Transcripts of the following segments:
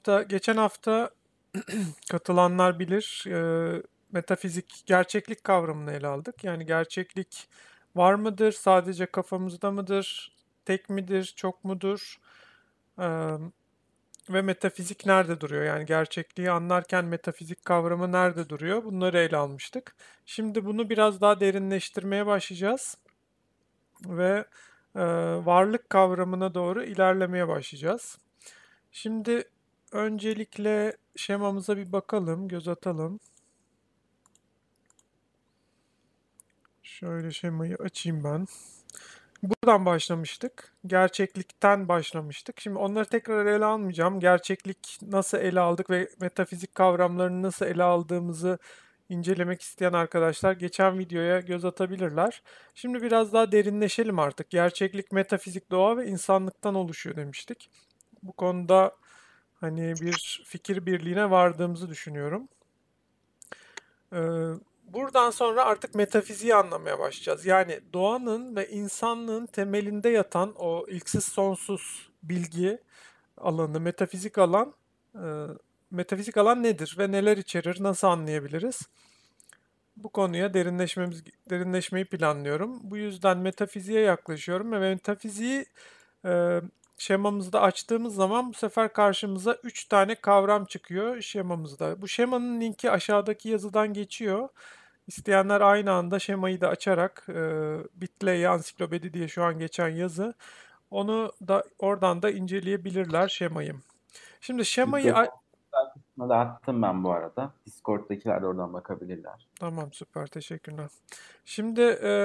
geçen hafta katılanlar bilir, metafizik, gerçeklik kavramını ele aldık. Yani gerçeklik var mıdır, sadece kafamızda mıdır, tek midir, çok mudur? Ve metafizik nerede duruyor? Yani gerçekliği anlarken metafizik kavramı nerede duruyor? Bunları ele almıştık. Şimdi bunu biraz daha derinleştirmeye başlayacağız ve varlık kavramına doğru ilerlemeye başlayacağız. Şimdi öncelikle şemamıza bir bakalım, göz atalım. Şöyle şemayı açayım ben. Buradan başlamıştık. Gerçeklikten başlamıştık. Şimdi onları tekrar ele almayacağım. Gerçeklik nasıl ele aldık ve metafizik kavramlarını nasıl ele aldığımızı incelemek isteyen arkadaşlar geçen videoya göz atabilirler. Şimdi biraz daha derinleşelim artık. Gerçeklik, metafizik, doğa ve insanlıktan oluşuyor demiştik. Bu konuda hani bir fikir birliğine vardığımızı düşünüyorum. Ee, Buradan sonra artık metafiziği anlamaya başlayacağız. Yani doğanın ve insanlığın temelinde yatan o ilksiz sonsuz bilgi alanı, e, metafizik alan nedir ve neler içerir, nasıl anlayabiliriz? Bu konuya derinleşmeyi planlıyorum. Bu yüzden metafiziğe yaklaşıyorum ve metafiziği e, şemamızda açtığımız zaman bu sefer karşımıza 3 tane kavram çıkıyor şemamızda. Bu şemanın linki aşağıdaki yazıdan geçiyor. İsteyenler aynı anda şemayı da açarak Bitly Ansiklopedi diye şu an geçen yazı. Onu da oradan da inceleyebilirler şemayı. Şimdi şemayı Videonun kısmına da attım ben bu arada. Discord'dakiler de oradan bakabilirler. tamam, süper, teşekkürler. Şimdi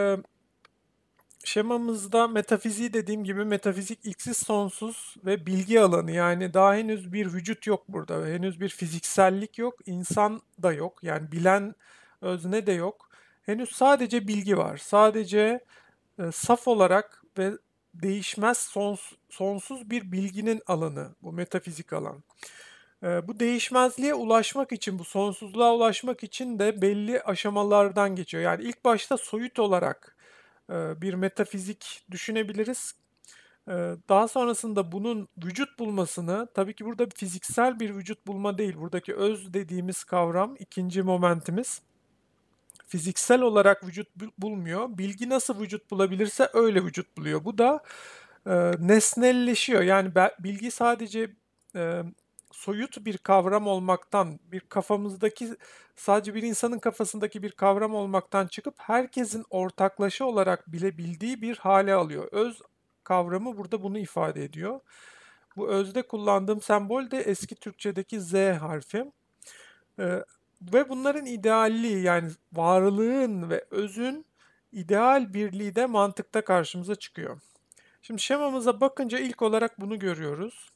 şemamızda metafiziği dediğim gibi metafizik ilksiz sonsuz ve bilgi alanı, yani daha henüz bir vücut yok burada. Henüz bir fiziksellik yok, insan da yok. Yani bilen özne de yok. Henüz sadece bilgi var. Sadece saf olarak ve değişmez sonsuz bir bilginin alanı bu metafizik alan. Bu değişmezliğe ulaşmak için, bu sonsuzluğa ulaşmak için de belli aşamalardan geçiyor. Yani ilk başta soyut olarak bir metafizik düşünebiliriz. Daha sonrasında bunun vücut bulmasını, tabii ki burada fiziksel bir vücut bulma değil, buradaki öz dediğimiz kavram, ikinci momentimiz, fiziksel olarak vücut bulmuyor. Bilgi nasıl vücut bulabilirse öyle vücut buluyor. Bu da nesnelleşiyor. Yani bilgi sadece e, soyut bir kavram olmaktan, bir kafamızdaki, sadece bir insanın kafasındaki bir kavram olmaktan çıkıp herkesin ortaklaşa olarak bilebildiği bir hale alıyor. Öz kavramı burada bunu ifade ediyor. Bu özde kullandığım sembol de eski Türkçedeki Z harfi. Ee, Ve bunların idealliği, yani varlığın ve özün ideal birliği de mantıkta karşımıza çıkıyor. Şimdi şemamıza bakınca ilk olarak bunu görüyoruz.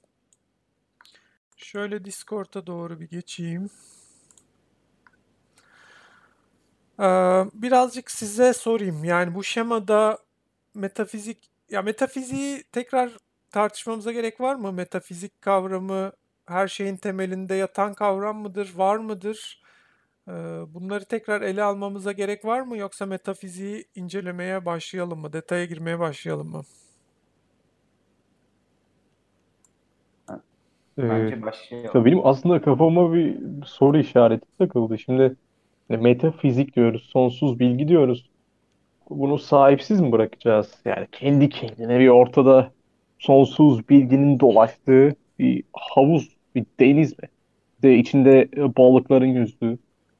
Şöyle Discord'a doğru bir geçeyim. Birazcık size sorayım. Yani bu şemada metafiziği tekrar tartışmamıza gerek var mı? Metafizik kavramı her şeyin temelinde yatan kavram mıdır, var mıdır? Bunları tekrar ele almamıza gerek var mı? Yoksa metafiziği incelemeye başlayalım mı? Detaya girmeye başlayalım mı? Ee, Bence tabii başlayalım. benim aslında kafama bir soru işareti takıldı. Şimdi metafizik diyoruz, sonsuz bilgi diyoruz. Bunu sahipsiz mi bırakacağız? Yani kendi kendine bir ortada sonsuz bilginin dolaştığı bir havuz, bir deniz mi? De içinde balıkların yüzdüğü,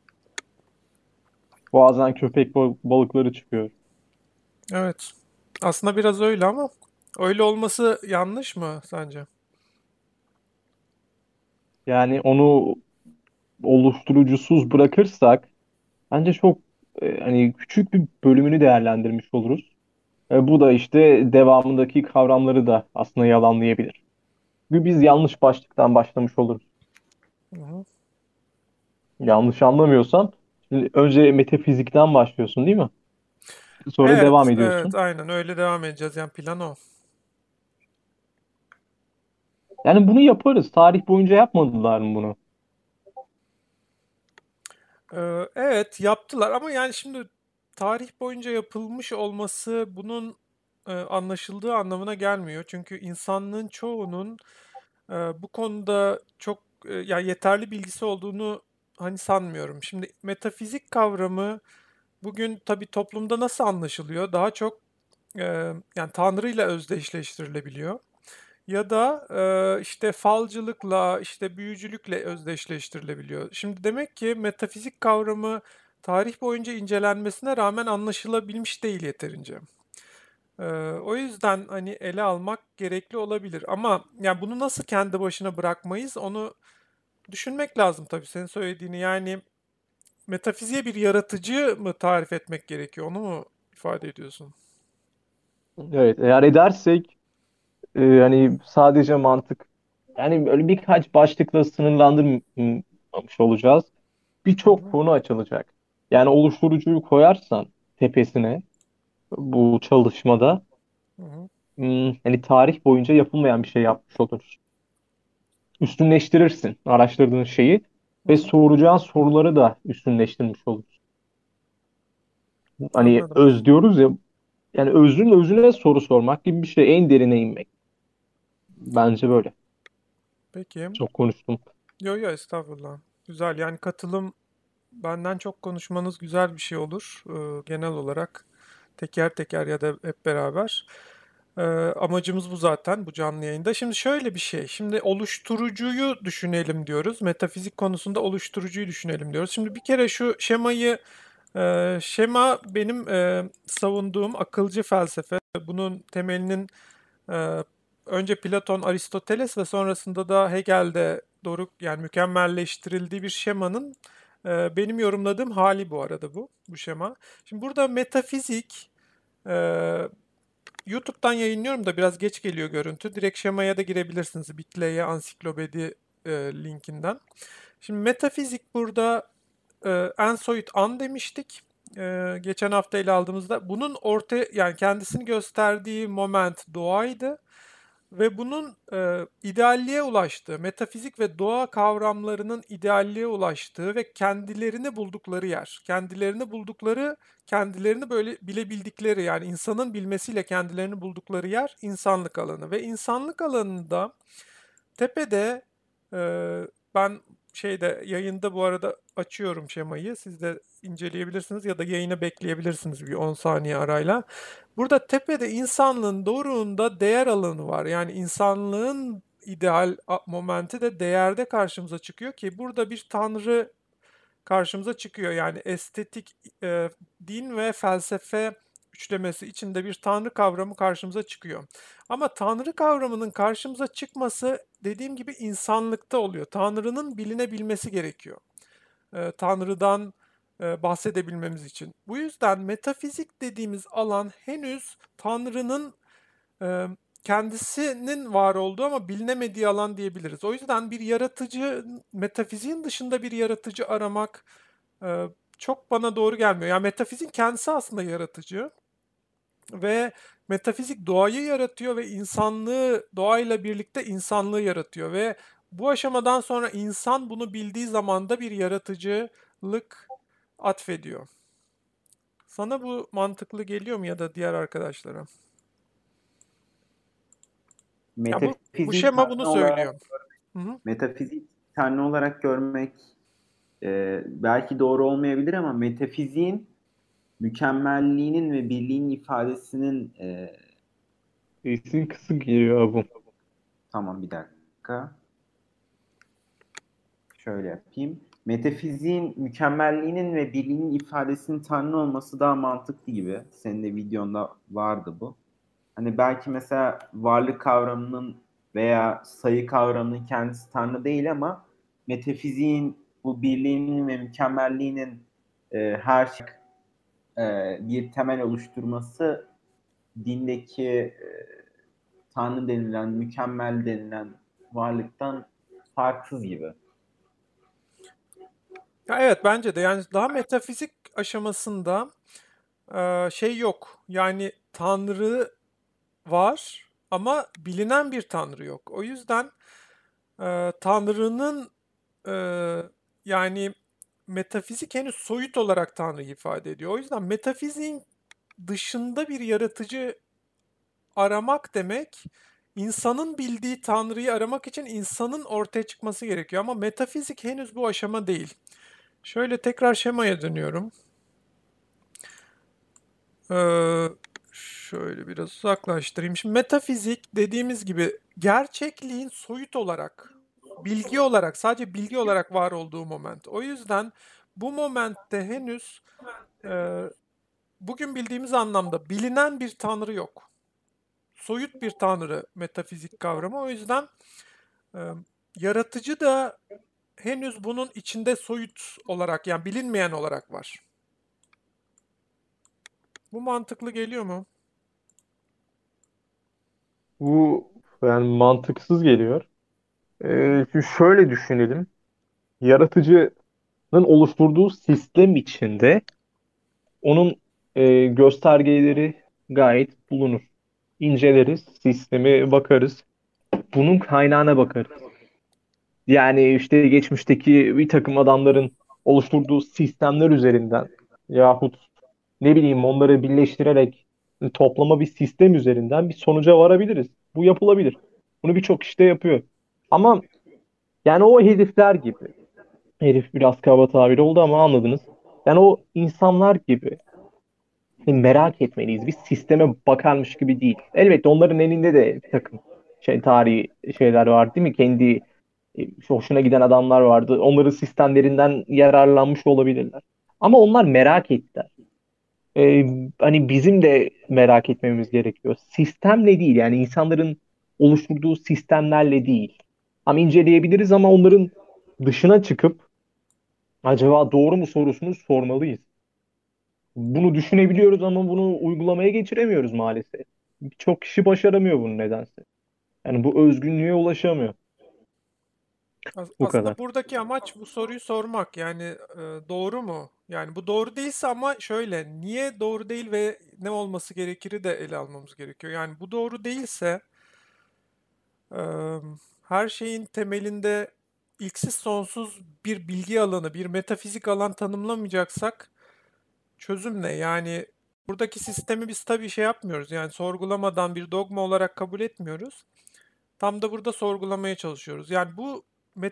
bazen köpek balıkları çıkıyor. Evet. Aslında biraz öyle ama öyle olması yanlış mı sence? Yani onu oluşturucusuz bırakırsak bence çok hani küçük bir bölümünü değerlendirmiş oluruz. Bu da işte devamındaki kavramları da aslında yalanlayabilir. Çünkü biz yanlış başlıktan başlamış oluruz. Hı hı. Yanlış anlamıyorsam, şimdi önce metafizikten başlıyorsun değil mi? Sonra Evet, devam evet, ediyorsun. aynen öyle devam edeceğiz. Yani plan o. Yani bunu yaparız. Tarih boyunca yapmadılar mı bunu? Evet, yaptılar ama yani şimdi tarih boyunca yapılmış olması bunun anlaşıldığı anlamına gelmiyor. Çünkü insanlığın çoğunun bu konuda çok yani yeterli bilgisi olduğunu hani sanmıyorum. Şimdi metafizik kavramı bugün tabii toplumda nasıl anlaşılıyor? Daha çok yani Tanrı ile özdeşleştirilebiliyor. Ya da işte falcılıkla, işte büyücülükle özdeşleştirilebiliyor. Şimdi demek ki metafizik kavramı tarih boyunca incelenmesine rağmen anlaşılabilmiş değil yeterince. O yüzden hani ele almak gerekli olabilir. Ama yani bunu nasıl kendi başına bırakmayız onu düşünmek lazım tabii senin söylediğini. Yani metafiziğe bir yaratıcı mı tarif etmek gerekiyor? Onu mu ifade ediyorsun? Evet, eğer edersek hani sadece mantık, yani öyle birkaç başlıkla sınırlandırmamış olacağız. Hı Birçok hı, konu açılacak. Yani oluşturucuyu koyarsan tepesine bu çalışmada hı hı, hani tarih boyunca yapılmayan bir şey yapmış oluruz. Üstünleştirirsin araştırdığın şeyi hı ve hı. soracağın soruları da üstünleştirmiş olursun. Hani Anladım. öz diyoruz ya, yani özün özüne soru sormak gibi bir şey, en derine inmek. Bence böyle. Peki. Çok konuştum. Yo yo estağfurullah. Güzel yani katılım benden çok konuşmanız güzel bir şey olur. Genel olarak teker teker ya da hep beraber. Amacımız bu zaten bu canlı yayında. Şimdi şöyle bir şey. Şimdi oluşturucuyu düşünelim diyoruz. Metafizik konusunda oluşturucuyu düşünelim diyoruz. Şimdi bir kere şu şemayı şema benim savunduğum akılcı felsefe. Bunun temelinin e, önce Platon, Aristoteles ve sonrasında da Hegel'de doğru yani mükemmelleştirildiği bir şemanın benim yorumladığım hali bu arada bu şema. Şimdi burada metafizik e, YouTube'dan yayınlıyorum da biraz geç geliyor görüntü. Direkt şemaya da girebilirsiniz. Bitle'ye ansiklopedi linkinden. Şimdi metafizik burada en soyut an demiştik. Geçen hafta ele aldığımızda bunun ortaya yani kendisini gösterdiği moment doğaydı. Ve bunun idealliğe ulaştığı, metafizik ve doğa kavramlarının idealliğe ulaştığı ve kendilerini buldukları yer. Kendilerini buldukları, kendilerini böyle bilebildikleri yani insanın bilmesiyle kendilerini buldukları yer insanlık alanı. Ve insanlık alanında tepede ben şeyde yayında bu arada açıyorum şemayı. Siz de inceleyebilirsiniz ya da yayını bekleyebilirsiniz bir 10 saniye arayla. Burada tepede insanlığın doruğunda değer alanı var. Yani insanlığın ideal momenti de değerde karşımıza çıkıyor ki burada bir tanrı karşımıza çıkıyor. Yani estetik, din ve felsefe üçlemesi içinde bir tanrı kavramı karşımıza çıkıyor. Ama tanrı kavramının karşımıza çıkması dediğim gibi insanlıkta oluyor. Tanrının bilinebilmesi gerekiyor. Tanrı'dan bahsedebilmemiz için. Bu yüzden metafizik dediğimiz alan henüz Tanrı'nın e, kendisinin var olduğu ama bilinemediği alan diyebiliriz. O yüzden bir yaratıcı, metafiziğin dışında bir yaratıcı aramak e, çok bana doğru gelmiyor. Yani metafizik kendisi aslında yaratıcı ve metafizik doğayı yaratıyor ve insanlığı doğayla birlikte insanlığı yaratıyor ve bu aşamadan sonra insan bunu bildiği zaman da bir yaratıcılık atfediyor. Sana bu mantıklı geliyor mu ya da diğer arkadaşlara? Ya bu Metafiziği şema bunu tanrı olarak söylüyor. Hı hı. metafizik tanrı olarak görmek belki doğru olmayabilir ama metafiziğin mükemmelliğinin ve birliğin ifadesinin Sesin kısık geliyor bu. tamam bir dakika. Şöyle yapayım. Metafiziğin mükemmelliğinin ve birliğinin ifadesinin Tanrı olması daha mantıklı gibi. Senin de videonda vardı bu. Hani belki mesela varlık kavramının veya sayı kavramının kendisi Tanrı değil ama metafiziğin bu birliğinin ve mükemmelliğinin her şey bir temel oluşturması dindeki Tanrı denilen, mükemmel denilen varlıktan farksız gibi. Ya evet bence de yani daha metafizik aşamasında şey yok. Yani Tanrı var ama bilinen bir Tanrı yok. O yüzden Tanrı'nın e, yani metafizik henüz soyut olarak Tanrı'yı ifade ediyor. O yüzden metafiziğin dışında bir yaratıcı aramak demek insanın bildiği Tanrı'yı aramak için insanın ortaya çıkması gerekiyor. Ama metafizik henüz bu aşama değil. Şöyle tekrar şemaya dönüyorum. Ee, şöyle biraz uzaklaştırayım. Şimdi metafizik dediğimiz gibi gerçekliğin soyut olarak, bilgi olarak, sadece bilgi olarak var olduğu moment. O yüzden bu momentte henüz e, bugün bildiğimiz anlamda bilinen bir tanrı yok. Soyut bir tanrı metafizik kavramı. O yüzden e, yaratıcı da henüz bunun içinde soyut olarak, yani bilinmeyen olarak var. Bu mantıklı geliyor mu? Bu yani mantıksız geliyor. Şimdi şöyle düşünelim. Yaratıcının oluşturduğu sistem içinde onun göstergeleri gayet bulunur. İnceleriz, sistemi bakarız. Bunun kaynağına bakarız. Yani işte geçmişteki bir takım adamların oluşturduğu sistemler üzerinden yahut ne bileyim onları birleştirerek toplama bir sistem üzerinden bir sonuca varabiliriz. Bu yapılabilir. Bunu birçok kişi de yapıyor. Ama yani o herifler gibi, herif biraz kaba tabir oldu ama anladınız. Yani o insanlar gibi merak etmeliyiz. Biz sisteme bakarmış gibi değil. Elbette onların elinde de bir takım tarihi şeyler var değil mi? Kendi hoşuna giden adamlar vardı. Onların sistemlerinden yararlanmış olabilirler. Ama onlar merak ettiler. E, Hani bizim de merak etmemiz gerekiyor. Sistemle değil yani insanların oluşturduğu sistemlerle değil. Ama inceleyebiliriz ama onların dışına çıkıp acaba doğru mu sorusunu sormalıyız. Bunu düşünebiliyoruz ama bunu uygulamaya geçiremiyoruz maalesef. Birçok kişi başaramıyor bunu nedense. Yani bu özgünlüğe ulaşamıyor. Bu Aslında kadar. buradaki amaç bu soruyu sormak. Yani doğru mu? Yani bu doğru değilse ama şöyle, niye doğru değil ve ne olması gerekiri de ele almamız gerekiyor. Yani bu doğru değilse e, her şeyin temelinde ilksiz sonsuz bir bilgi alanı, bir metafizik alan tanımlamayacaksak çözüm ne? Yani buradaki sistemi biz tabii şey yapmıyoruz. Yani sorgulamadan bir dogma olarak kabul etmiyoruz. Tam da burada sorgulamaya çalışıyoruz. Yani bu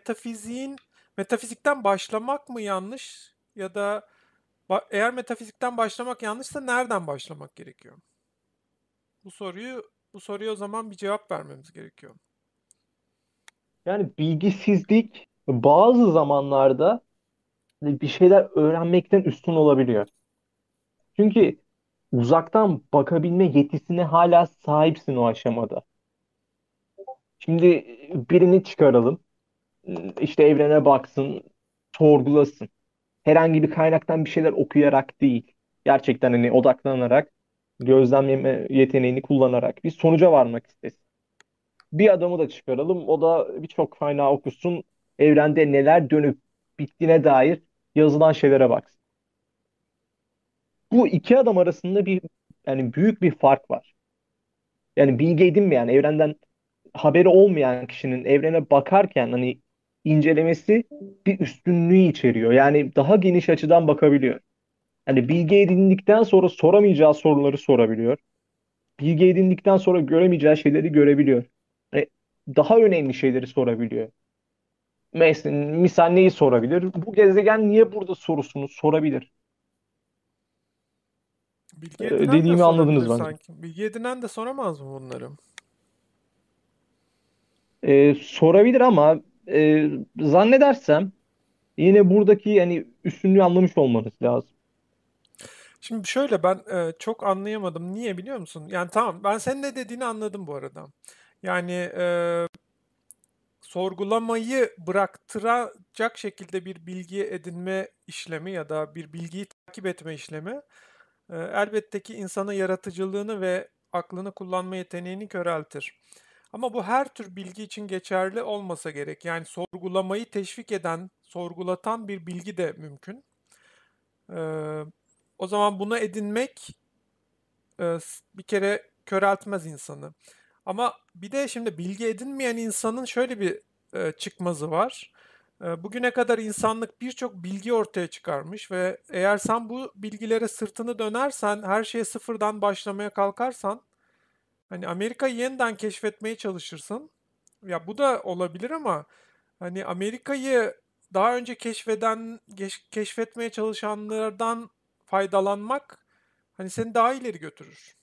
metafizikten başlamak mı yanlış ya da eğer metafizikten başlamak yanlışsa nereden başlamak gerekiyor? Bu soruyu bu soruya o zaman bir cevap vermemiz gerekiyor. Yani bilgisizlik bazı zamanlarda bir şeyler öğrenmekten üstün olabiliyor. Çünkü uzaktan bakabilme yetisine hala sahipsin o aşamada. Şimdi birini çıkaralım. İşte evrene baksın, sorgulasın. Herhangi bir kaynaktan bir şeyler okuyarak değil. Gerçekten hani odaklanarak, gözlemleme yeteneğini kullanarak bir sonuca varmak istesin. Bir adamı da çıkaralım. O da birçok kaynağı okusun. Evrende neler dönüp bittiğine dair yazılan şeylere baksın. Bu iki adam arasında bir yani büyük bir fark var. Yani bilgi edinmeyen, evrenden haberi olmayan kişinin evrene bakarken hani incelemesi bir üstünlüğü içeriyor. Yani daha geniş açıdan bakabiliyor. Yani bilgi edindikten sonra soramayacağı soruları sorabiliyor. Bilgi edindikten sonra göremeyeceği şeyleri görebiliyor. Hani daha önemli şeyleri sorabiliyor. Mesela, misal neyi sorabilir? Bu gezegen niye burada sorusunu sorabilir. Bilgi edinen de Dediğimi sorabilir anladınız bence. sanki. Bilgi edinen de soramaz mı bunları? Sorabilir ama zannedersem yine buradaki yani üstünlüğü anlamış olmanız lazım. Şimdi şöyle ben çok anlayamadım. Niye biliyor musun? Yani tamam, ben senin ne dediğini anladım bu arada. Yani sorgulamayı bıraktıracak şekilde bir bilgi edinme işlemi ya da bir bilgiyi takip etme işlemi elbette ki insanın yaratıcılığını ve aklını kullanma yeteneğini köreltir. Ama bu her tür bilgi için geçerli olmasa gerek. Yani sorgulamayı teşvik eden, sorgulatan bir bilgi de mümkün. Ee, o zaman bunu edinmek bir kere köreltmez insanı. Ama bir de şimdi bilgi edinmeyen insanın şöyle bir çıkmazı var. Bugüne kadar insanlık birçok bilgi ortaya çıkarmış ve eğer sen bu bilgilere sırtını dönersen, her şeye sıfırdan başlamaya kalkarsan Hani Amerika'yı yeniden keşfetmeye çalışırsın. Ya bu da olabilir ama hani Amerika'yı daha önce keşfetmeye çalışanlardan faydalanmak hani seni daha ileri götürür.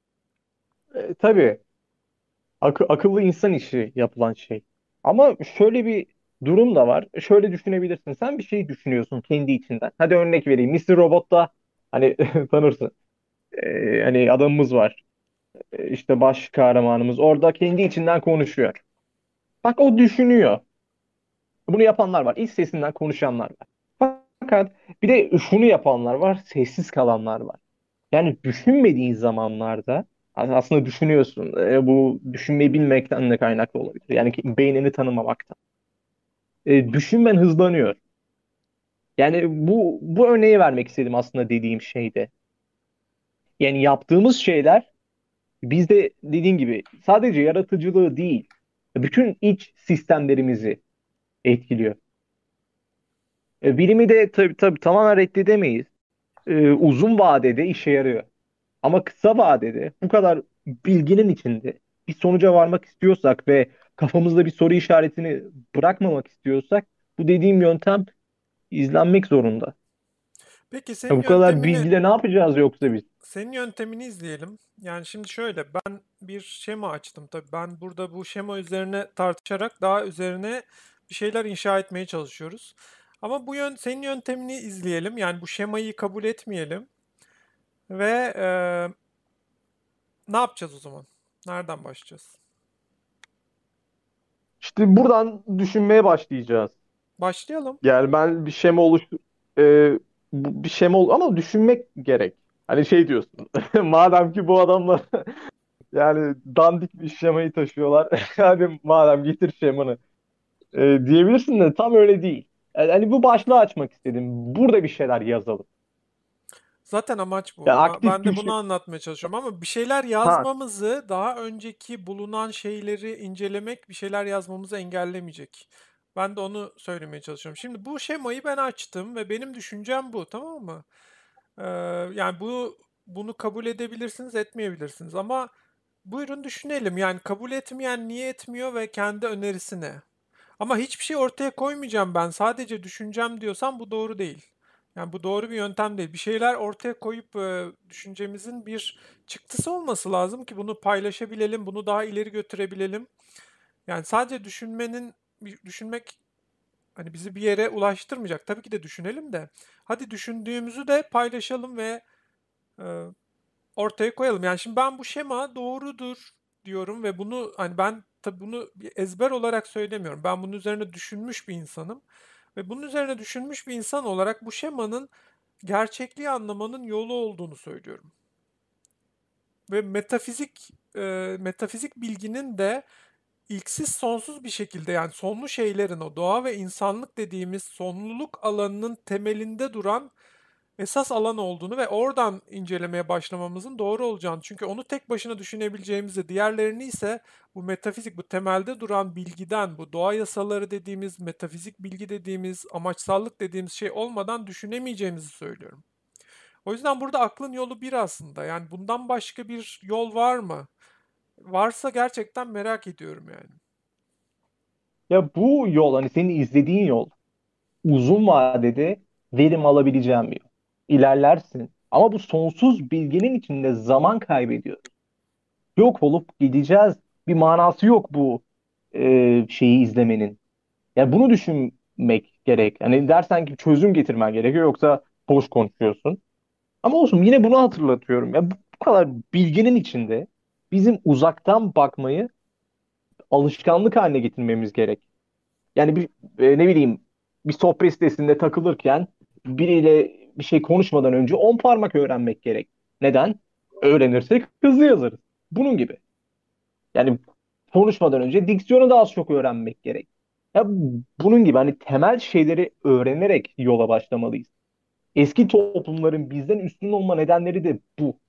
Tabii akıllı insan işi yapılan şey. Ama şöyle bir durum da var. Şöyle düşünebilirsin. Sen bir şey düşünüyorsun kendi içinden. Hadi örnek vereyim. Mr. Robot'ta hani tanırsın. Hani adamımız var. İşte baş kahramanımız. Orada kendi içinden konuşuyor. Bak o düşünüyor. Bunu yapanlar var. İç sesinden konuşanlar var. Fakat bir de şunu yapanlar var. Sessiz kalanlar var. Yani düşünmediğin zamanlarda aslında düşünüyorsun. Bu düşünmeyi bilmekten de kaynaklı olabilir. Yani beynini tanımamaktan. Düşünmen hızlanıyor. Yani bu örneği vermek istedim aslında dediğim şeyde. Yani yaptığımız şeyler bizde dediğim gibi sadece yaratıcılığı değil, bütün iç sistemlerimizi etkiliyor. Bilimi de tabii tamamen reddedemeyiz. Uzun vadede işe yarıyor. Ama kısa vadede bu kadar bilginin içinde bir sonuca varmak istiyorsak ve kafamızda bir soru işaretini bırakmamak istiyorsak bu dediğim yöntem izlenmek zorunda. Peki Bu kadar bilgiyle ne yapacağız yoksa biz? senin yöntemini izleyelim. Yani şimdi şöyle ben bir şema açtım tabii. Ben burada bu şema üzerine tartışarak daha üzerine bir şeyler inşa etmeye çalışıyoruz. Ama senin yöntemini izleyelim. Yani bu şemayı kabul etmeyelim ve ne yapacağız o zaman? Nereden başlayacağız? İşte buradan düşünmeye başlayacağız. Başlayalım. Yani ben bir şema e, bir şema ama düşünmek gerek. Hani şey diyorsun. Madem ki bu adamlar yani dandik bir şemayı taşıyorlar. Hadi madem getir şemanı. Diyebilirsin de tam öyle değil. Yani hani bu başlığı açmak istedim. Burada bir şeyler yazalım. Zaten amaç bu. Yani Ben aktif de bir bunu şey. anlatmaya çalışıyorum ama bir şeyler Ha, yazmamızı, daha önceki bulunan şeyleri incelemek bir şeyler yazmamızı engellemeyecek. Ben de onu söylemeye çalışıyorum. Şimdi bu şemayı ben açtım ve benim düşüncem bu, tamam mı? Ee, yani bunu kabul edebilirsiniz, etmeyebilirsiniz ama buyurun düşünelim. Yani kabul etmeyen niye etmiyor ve kendi önerisi ne? Ama hiçbir şey ortaya koymayacağım ben. Sadece düşüneceğim diyorsam bu doğru değil. Yani bu doğru bir yöntem değil. Bir şeyler ortaya koyup düşüncemizin bir çıktısı olması lazım ki bunu paylaşabilelim, bunu daha ileri götürebilelim. Yani sadece düşünmek hani bizi bir yere ulaştırmayacak. Tabii ki de düşünelim de. Hadi düşündüğümüzü de paylaşalım ve e, ortaya koyalım. Yani şimdi ben bu şema doğrudur diyorum ve bunu hani ben tabii bunu bir ezber olarak söylemiyorum. Ben bunun üzerine düşünmüş bir insanım ve bunun üzerine düşünmüş bir insan olarak bu şemanın gerçekliği anlamanın yolu olduğunu söylüyorum. Ve metafizik bilginin de ilksiz sonsuz bir şekilde yani sonlu şeylerin o doğa ve insanlık dediğimiz sonluluk alanının temelinde duran esas alan olduğunu ve oradan incelemeye başlamamızın doğru olacağını. Çünkü onu tek başına düşünebileceğimizi, diğerlerini ise bu metafizik, bu temelde duran bilgiden, bu doğa yasaları dediğimiz, metafizik bilgi dediğimiz, amaçsallık dediğimiz şey olmadan düşünemeyeceğimizi söylüyorum. O yüzden burada aklın yolu bir aslında. Yani bundan başka bir yol var mı? Varsa gerçekten merak ediyorum yani. ya bu yol hani senin izlediğin yol uzun vadede verim alabileceğin bir yol. İlerlersin. Ama bu sonsuz bilginin içinde zaman kaybediyoruz. Yok olup gideceğiz. Bir manası yok bu şeyi izlemenin. Yani bunu düşünmek gerek. Hani dersen ki çözüm getirmen gerekiyor yoksa boş konuşuyorsun. Ama olsun yine bunu hatırlatıyorum. Ya bu kadar bilginin içinde bizim uzaktan bakmayı alışkanlık haline getirmemiz gerek. Yani ne bileyim bir sohbet sitesinde takılırken biriyle bir şey konuşmadan önce 10 parmak öğrenmek gerek. Neden? Öğrenirsek hızlı yazarız. Bunun gibi. Yani konuşmadan önce diksiyonu da az çok öğrenmek gerek. Ya bunun gibi hani temel şeyleri öğrenerek yola başlamalıyız. Eski toplumların bizden üstün olma nedenleri de bu.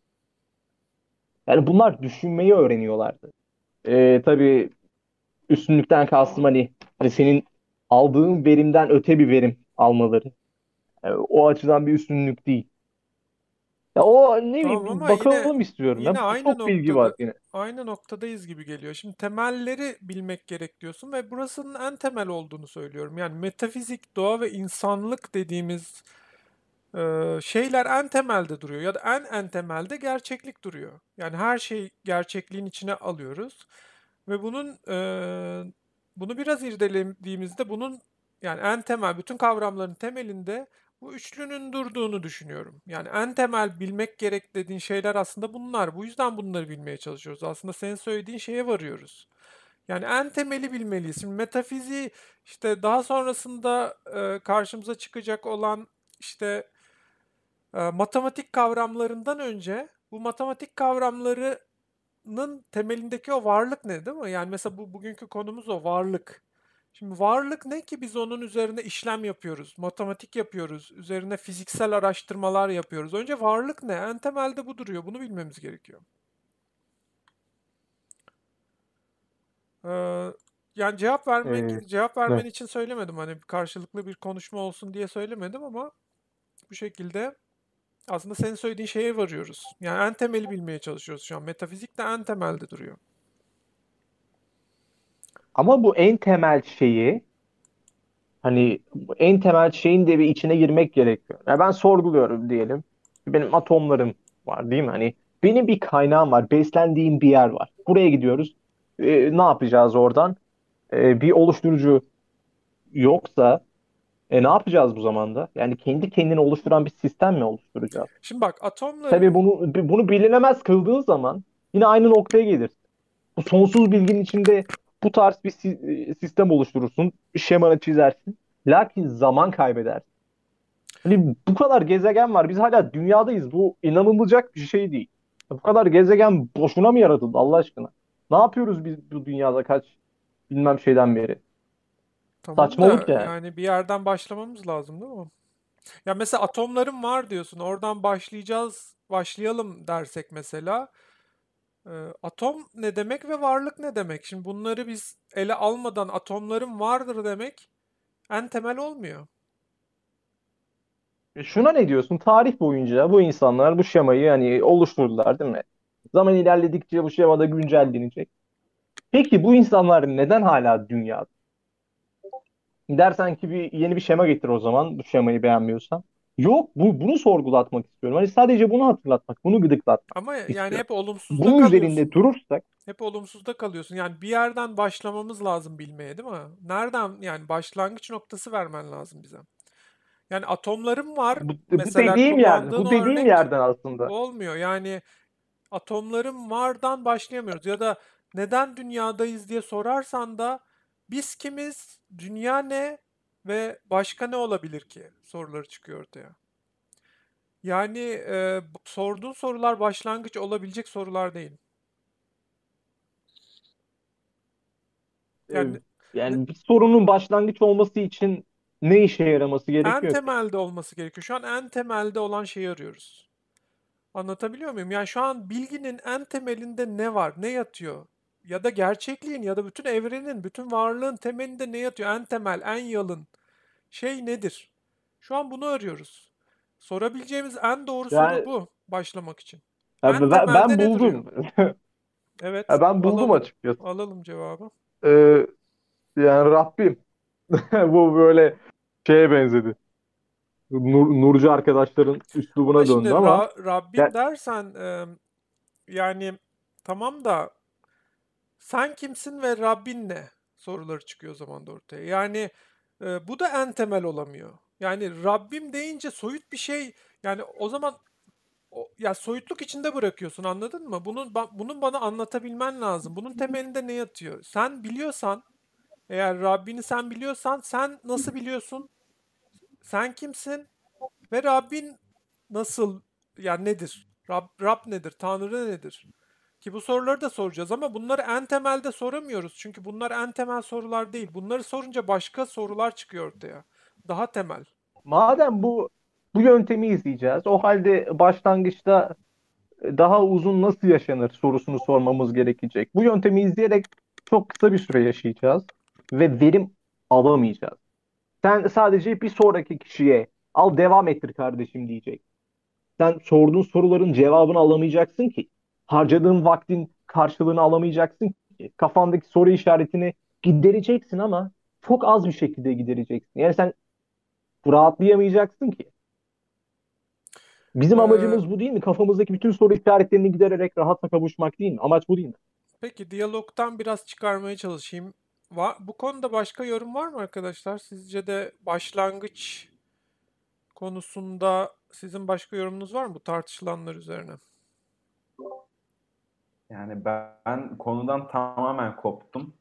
Yani bunlar düşünmeyi öğreniyorlardı. Tabii üstünlükten kastım hani senin aldığın verimden öte bir verim almaları. O açıdan bir üstünlük değil. Ya o ne bileyim Tamam bir ama yine bakalım istiyorum. yine Ya aynı çok bilgi var noktada yine. aynı noktadayız gibi geliyor. Şimdi temelleri bilmek gerek diyorsun ve burasının en temel olduğunu söylüyorum. Yani metafizik, doğa ve insanlık dediğimiz şeyler en temelde duruyor ya da en temelde gerçeklik duruyor. Yani her şey gerçekliğin içine alıyoruz ve bunu biraz irdelediğimizde bunun yani en temel bütün kavramların temelinde bu üçlünün durduğunu düşünüyorum. Yani en temel bilmek gerek dediğin şeyler aslında bunlar. Bu yüzden bunları bilmeye çalışıyoruz. Aslında senin söylediğin şeye varıyoruz. Yani en temeli bilmeliyiz. Şimdi metafiziği işte daha sonrasında karşımıza çıkacak olan işte matematik kavramlarından önce bu matematik kavramlarının temelindeki o varlık ne, değil mi? Yani mesela bugünkü konumuz o varlık. Şimdi varlık ne ki biz onun üzerine işlem yapıyoruz, matematik yapıyoruz, üzerine fiziksel araştırmalar yapıyoruz. Önce varlık ne? En temelde bu duruyor. Bunu bilmemiz gerekiyor. Ee, yani Ee, cevap vermen evet. için söylemedim. Hani karşılıklı bir konuşma olsun diye söylemedim ama bu şekilde aslında senin söylediğin şeye varıyoruz. Yani en temeli bilmeye çalışıyoruz şu an. Metafizik de en temelde duruyor. Ama bu en temel şeyi hani bu en temel şeyin de bir içine girmek gerekiyor. Ya ben sorguluyorum diyelim. Benim atomlarım var değil mi? Hani benim bir kaynağım var, beslendiğim bir yer var. Buraya gidiyoruz. Ne yapacağız oradan? Bir oluşturucu yoksa ne yapacağız bu zamanda? Yani kendi kendini oluşturan bir sistem mi oluşturacağız? Şimdi bak Tabii atomların bunu bilinemez kıldığın zaman yine aynı noktaya gelir. Bu sonsuz bilginin içinde bu tarz bir sistem oluşturursun, şemanı çizersin. Lakin zaman kaybedersin. Hani bu kadar gezegen var. Biz hala dünyadayız. Bu inanılacak bir şey değil. Bu kadar gezegen boşuna mı yaratıldı Allah aşkına? Ne yapıyoruz biz bu dünyada kaç bilmem şeyden beri? tamam Saçmalık da yani. yani bir yerden başlamamız lazım değil mi? Ya mesela atomların var diyorsun. Oradan başlayalım dersek mesela. Atom ne demek ve varlık ne demek? Şimdi bunları biz ele almadan atomların vardır demek en temel olmuyor. Şuna ne diyorsun? Tarih boyunca bu insanlar bu şemayı hani oluşturdular değil mi? Zaman ilerledikçe bu şema da güncellenecek. Peki bu insanlar neden hala dünyada? Dersen ki yeni bir şema getir o zaman bu şemayı beğenmiyorsan. Yok bunu sorgulatmak istiyorum. Hani sadece bunu hatırlatmak, bunu gıdıklatmak Ama yani istiyorum. hep olumsuzda Bunun üzerinde kalıyorsun. durursak Hep olumsuzda kalıyorsun. Yani bir yerden başlamamız lazım bilmeye, değil mi? Nereden yani başlangıç noktası vermen lazım bize. Yani atomlarım var. bu Mesela dediğim yer, kullandığın bu o dediğim örnek yerden aslında. olmuyor. Yani atomlarım vardan başlayamıyoruz. Ya da neden dünyadayız diye sorarsan da biz kimiz, dünya ne ve başka ne olabilir ki soruları çıkıyor ortaya. Yani sorduğun sorular başlangıç olabilecek sorular değil. Ee, Yani Yani bir sorunun başlangıç olması için ne işe yaraması en gerekiyor ki? temelde olması gerekiyor. Şu an en temelde olan şeyi arıyoruz. Anlatabiliyor muyum? Yani şu an bilginin en temelinde ne var, ne yatıyor? Ya da gerçekliğin ya da bütün evrenin, bütün varlığın temelinde ne yatıyor? En temel, en yalın şey nedir? Şu an bunu arıyoruz. Sorabileceğimiz en doğru soru Yani bu başlamak için. En ben temelde ne duruyor? buldum. Evet, Ya ben buldum alalım. açıkçası. Alalım cevabı. Ee, Yani Rabbim. Bu böyle şeye benzedi. Nurcu arkadaşların Ama üslubuna şimdi döndü ama Rabbim ya, dersen yani tamam da sen kimsin ve Rabbin ne? Soruları çıkıyor o zaman da ortaya. Yani bu da en temel olamıyor. Yani Rabbim deyince soyut bir şey. Yani o zaman ya soyutluk içinde bırakıyorsun anladın mı? Bunun bana anlatabilmen lazım. Bunun temelinde ne yatıyor? Sen biliyorsan, eğer Rabbini sen biliyorsan sen nasıl biliyorsun? Sen kimsin? Ve Rabbin nasıl, yani nedir? Rab nedir? Tanrı nedir? Ki bu soruları da soracağız ama bunları en temelde soramıyoruz. Çünkü bunlar en temel sorular değil. Bunları sorunca başka sorular çıkıyor ortaya. Daha temel. madem bu yöntemi izleyeceğiz, o halde başlangıçta daha uzun nasıl yaşanır sorusunu sormamız gerekecek. Bu yöntemi izleyerek çok kısa bir süre yaşayacağız ve verim alamayacağız. Sen sadece bir sonraki kişiye al devam ettir kardeşim diyecek. Sen sorduğun soruların cevabını alamayacaksın ki. Harcadığın vaktin karşılığını alamayacaksın ki. Kafandaki soru işaretini gidereceksin ama çok az bir şekilde gidereceksin. Yani sen rahatlayamayacaksın ki. Bizim Ee, amacımız bu değil mi? Kafamızdaki bütün soru işaretlerini gidererek rahata kavuşmak değil mi? Amaç bu değil mi? peki diyalogtan biraz çıkarmaya çalışayım. Bu konuda başka yorum var mı arkadaşlar? Sizce de başlangıç konusunda sizin başka yorumunuz var mı bu tartışılanlar üzerine? Yani ben konudan tamamen koptum.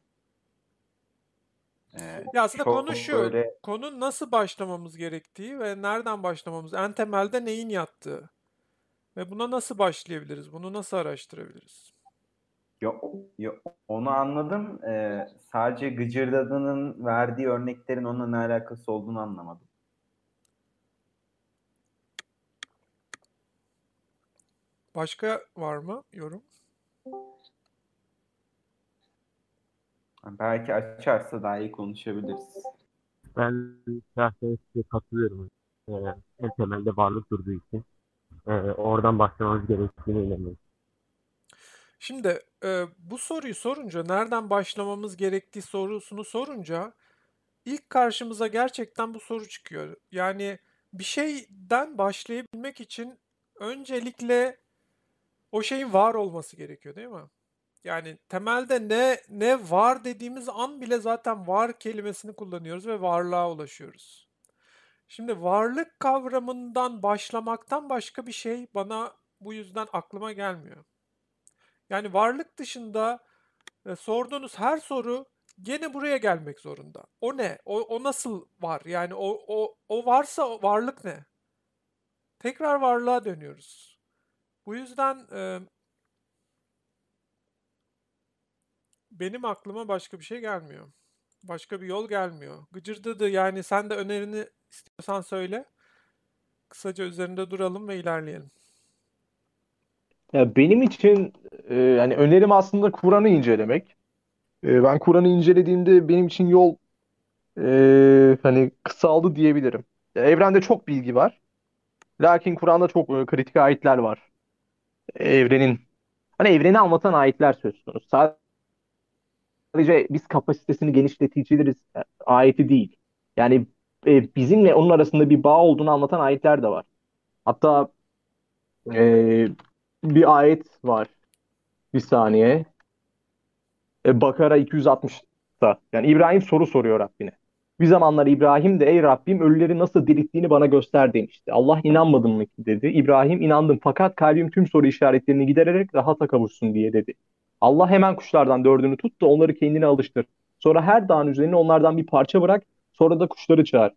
Ya aslında konu Çok şu, böyle konu nasıl başlamamız gerektiği ve nereden başlamamız, en temelde neyin yattığı ve buna nasıl başlayabiliriz, bunu nasıl araştırabiliriz? yok, yok onu anladım. Sadece Gıcırdadı'nın verdiği örneklerin onunla ne alakası olduğunu anlamadım. Başka var mı yorum? Belki açarsa daha iyi konuşabiliriz. Ben şahsen size katılıyorum. Ee, En temelde varlık durduğu için. Oradan başlamamız gerektiğine inanıyorum. Şimdi bu soruyu sorunca, nereden başlamamız gerektiği sorusunu sorunca ilk karşımıza gerçekten bu soru çıkıyor. Yani bir şeyden başlayabilmek için öncelikle o şeyin var olması gerekiyor, değil mi? Yani temelde ne var dediğimiz an bile zaten var kelimesini kullanıyoruz ve varlığa ulaşıyoruz. Şimdi varlık kavramından başlamaktan başka bir şey bana bu yüzden aklıma gelmiyor. Yani varlık dışında sorduğunuz her soru gene buraya gelmek zorunda. O ne? O nasıl var? Yani o varsa o varlık ne? Tekrar varlığa dönüyoruz. Bu yüzden benim aklıma başka bir şey gelmiyor. Başka bir yol gelmiyor. Gıcırdadı, yani sen de önerini istiyorsan söyle. Kısaca üzerinde duralım ve ilerleyelim. Ya benim için yani önerim aslında Kur'an'ı incelemek. Ben Kur'an'ı incelediğimde benim için yol hani kısaldı diyebilirim. Ya evrende çok bilgi var. Lakin Kur'an'da çok kritik ayetler var. Evrenin hani evreni anlatan ayetler söz konusu. Sadece biz kapasitesini genişleticileriz ayeti değil. Yani bizimle onun arasında bir bağ olduğunu anlatan ayetler de var. Hatta e, bir ayet var. Bir saniye. Bakara 260'ta. Yani İbrahim soru soruyor Rabbine. Bir zamanlar İbrahim de ey Rabbim ölüleri nasıl dirilttiğini bana göster demişti. Allah inanmadın mı ki dedi. İbrahim inandım fakat kalbim tüm soru işaretlerini gidererek rahata kavuşsun diye dedi. Allah hemen kuşlardan dördünü tut da onları kendine alıştır. Sonra her dağın üzerine onlardan bir parça bırak. Sonra da kuşları çağır.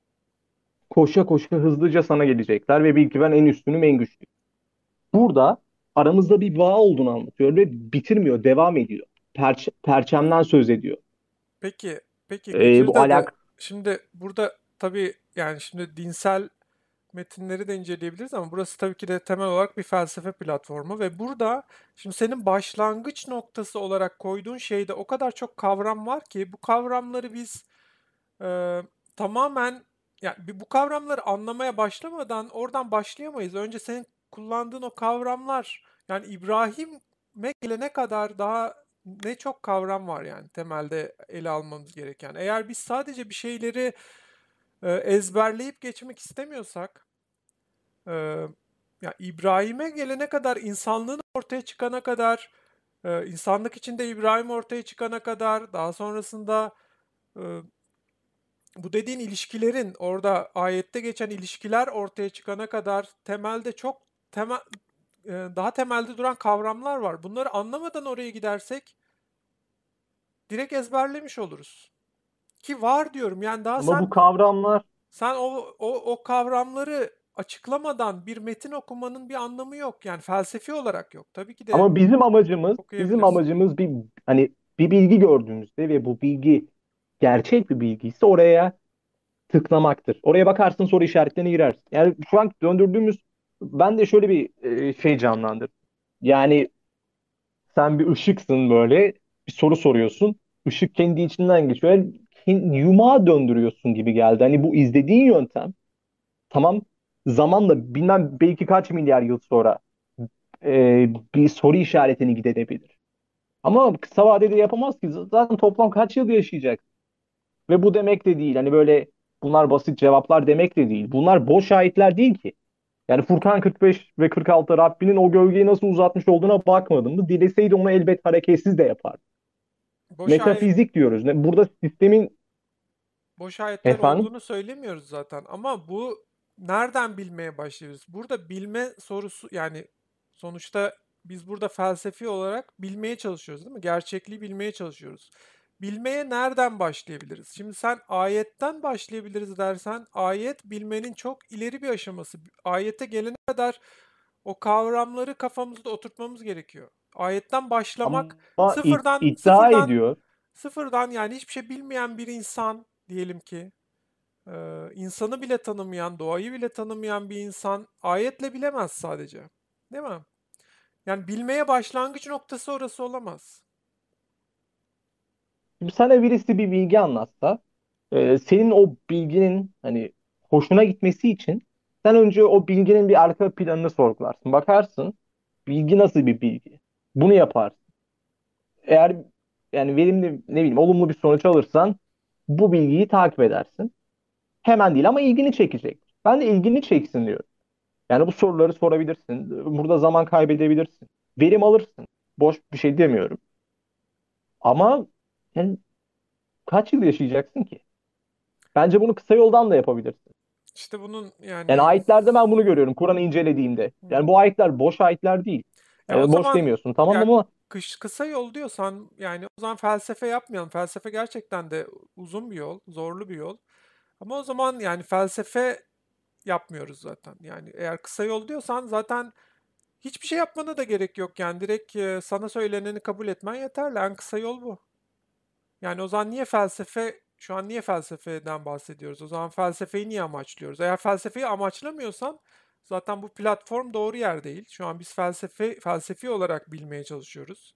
Koşa koşa hızlıca sana gelecekler ve bil ki ben en üstünüm en güçlüyüm. Burada aramızda bir bağ olduğunu anlatıyor ve bitirmiyor, devam ediyor. Perçemden söz ediyor. Peki, peki Bu Gıcırdadı. alak Şimdi burada tabii yani şimdi dinsel metinleri de inceleyebiliriz ama burası tabii ki de temel olarak bir felsefe platformu ve burada şimdi senin başlangıç noktası olarak koyduğun şeyde o kadar çok kavram var ki bu kavramları biz e, tamamen, yani bu kavramları anlamaya başlamadan oradan başlayamayız. Önce senin kullandığın o kavramlar, yani İbrahim'e gelene kadar daha ne çok kavram var yani temelde ele almamız gereken. Eğer biz sadece bir şeyleri ezberleyip geçmek istemiyorsak, Eee, ya İbrahim'e gelene kadar, insanlığın ortaya çıkana kadar, insanlık içinde İbrahim ortaya çıkana kadar, daha sonrasında eee, bu dediğin ilişkilerin, orada ayette geçen ilişkiler ortaya çıkana kadar temelde çok temel, daha temelde duran kavramlar var. Bunları anlamadan oraya gidersek direkt ezberlemiş oluruz. Ki var diyorum, yani daha ama bu sen kavramlar Sen o kavramları açıklamadan bir metin okumanın bir anlamı yok. Yani felsefi olarak yok. Tabii ki de ama bizim okuyabilirsin. amacımız bir hani bir bilgi gördüğümüzde ve bu bilgi gerçek bir bilgi ise oraya tıklamaktır. Oraya bakarsın soru işaretlerine girersin. Yani şu an döndürdüğümüz ben de şöyle bir şey canlandır. Yani sen bir ışıksın böyle bir soru soruyorsun. Işık kendi içinden geçiyor. Yani yumağa döndürüyorsun gibi geldi. Hani bu izlediğin yöntem tamam zamanla bilmem belki kaç milyar yıl sonra bir soru işaretini giderebilir. Ama kısa vadede yapamaz ki. Zaten toplam kaç yıl yaşayacak? Ve bu demek de değil. Hani böyle bunlar basit cevaplar demek de değil. Bunlar boş ayetler değil ki. Yani Furkan 45 ve 46 Rabbinin o gölgeyi nasıl uzatmış olduğuna bakmadım mı? Dileseydi onu elbet hareketsiz de yapar. Boş ayet Metafizik diyoruz. Burada sistemin boş ayetler efendim. olduğunu söylemiyoruz zaten ama bu nereden bilmeye başlıyoruz? Burada bilme sorusu yani sonuçta biz burada felsefi olarak bilmeye çalışıyoruz değil mi? Gerçekliği bilmeye çalışıyoruz. Bilmeye nereden başlayabiliriz? Şimdi sen ayetten başlayabiliriz dersen ayet bilmenin çok ileri bir aşaması. Ayete gelene kadar o kavramları kafamızda oturtmamız gerekiyor. Ayetten başlamak Ama sıfırdan iddia sıfırdan ediyor. sıfırdan yani hiçbir şey bilmeyen bir insan diyelim ki insanı bile tanımayan, doğayı bile tanımayan bir insan ayetle bilemez sadece. Değil mi? Yani bilmeye başlangıç noktası orası olamaz. Şimdi sana birisi bir bilgi anlatsa, senin o bilginin hani hoşuna gitmesi için sen önce o bilginin bir arka planını sorgularsın. Bakarsın bilgi nasıl bir bilgi. Bunu yaparsın. Eğer yani verimli ne bileyim olumlu bir sonuç alırsan bu bilgiyi takip edersin. Hemen değil ama ilgini çekecek. Ben de ilgini çeksin diyorum. Yani bu soruları sorabilirsin. Burada zaman kaybedebilirsin. Verim alırsın. Boş bir şey demiyorum. Ama yani kaç yıl yaşayacaksın ki? Bence bunu kısa yoldan da yapabilirsin. İşte bunun Yani yani ayetlerde ben bunu görüyorum Kur'an'ı incelediğimde. Yani hı. bu ayetler boş ayetler değil. Ya o Boş zaman demiyorsun tamam ya ama kısa yol diyorsan yani o zaman felsefe yapmayalım. Felsefe gerçekten de uzun bir yol, zorlu bir yol. Ama o zaman yani felsefe yapmıyoruz zaten. Yani eğer kısa yol diyorsan zaten hiçbir şey yapmana da gerek yok yani direkt sana söyleneni kabul etmen yeterli. En kısa yol bu. Yani o zaman şu an niye felsefeden bahsediyoruz? O zaman felsefeyi niye amaçlıyoruz? Eğer felsefeyi amaçlamıyorsan zaten bu platform doğru yer değil. Şu an biz felsefi olarak bilmeye çalışıyoruz.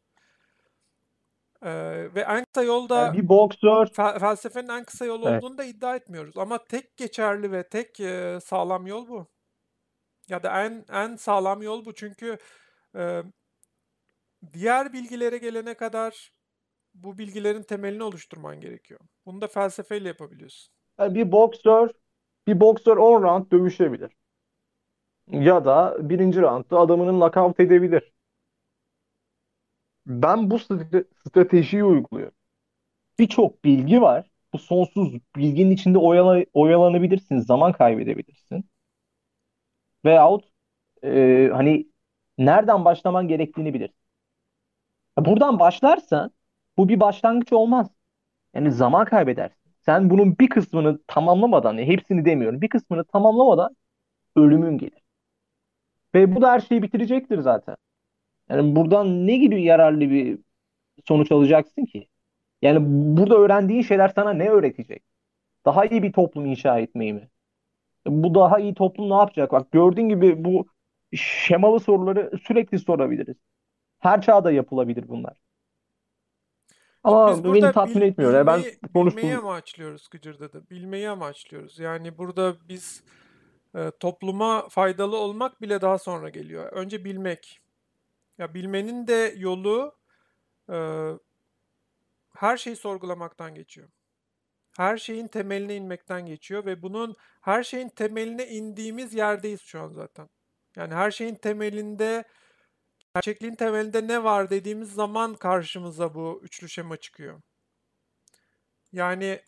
Ve en kısa yani yolda bir boksör felsefenin en kısa yol evet, olduğunu da iddia etmiyoruz. Ama tek geçerli ve tek sağlam yol bu. Ya da en sağlam yol bu. Çünkü e, diğer bilgilere gelene kadar bu bilgilerin temelini oluşturman gerekiyor. Bunu da felsefeyle yapabiliyorsun. yani bir boksör 10 round dövüşebilir. Ya da birinci roundda adamının knockout edebilir. Ben bu stratejiyi uyguluyorum. Birçok bilgi var. Bu sonsuz bilginin içinde oyalanabilirsin, zaman kaybedebilirsin. Veyahut hani nereden başlaman gerektiğini bilirsin. Buradan başlarsan bu bir başlangıç olmaz. Yani zaman kaybedersin. Sen bunun bir kısmını tamamlamadan, hepsini demiyorum, bir kısmını tamamlamadan ölümün gelir. Ve bu da her şeyi bitirecektir zaten. Yani buradan ne gibi yararlı bir sonuç alacaksın ki? Yani burada öğrendiğin şeyler sana ne öğretecek? Daha iyi bir toplum inşa etmeyi mi? Bu daha iyi toplum ne yapacak? Bak gördüğün gibi bu şemalı soruları sürekli sorabiliriz. Her çağda yapılabilir bunlar. Şimdi Ama biz beni burada tatmin etmiyor. Ya ben bilmeyi konuştum. amaçlıyoruz Gıcır'da da. Bilmeyi amaçlıyoruz. Yani burada biz topluma faydalı olmak bile daha sonra geliyor. Önce bilmek. Ya bilmenin de yolu e, her şeyi sorgulamaktan geçiyor. Her şeyin temeline inmekten geçiyor ve bunun her şeyin temeline indiğimiz yerdeyiz şu an zaten. Yani her şeyin temelinde, gerçekliğin temelinde ne var dediğimiz zaman karşımıza bu üçlü şema çıkıyor. Yani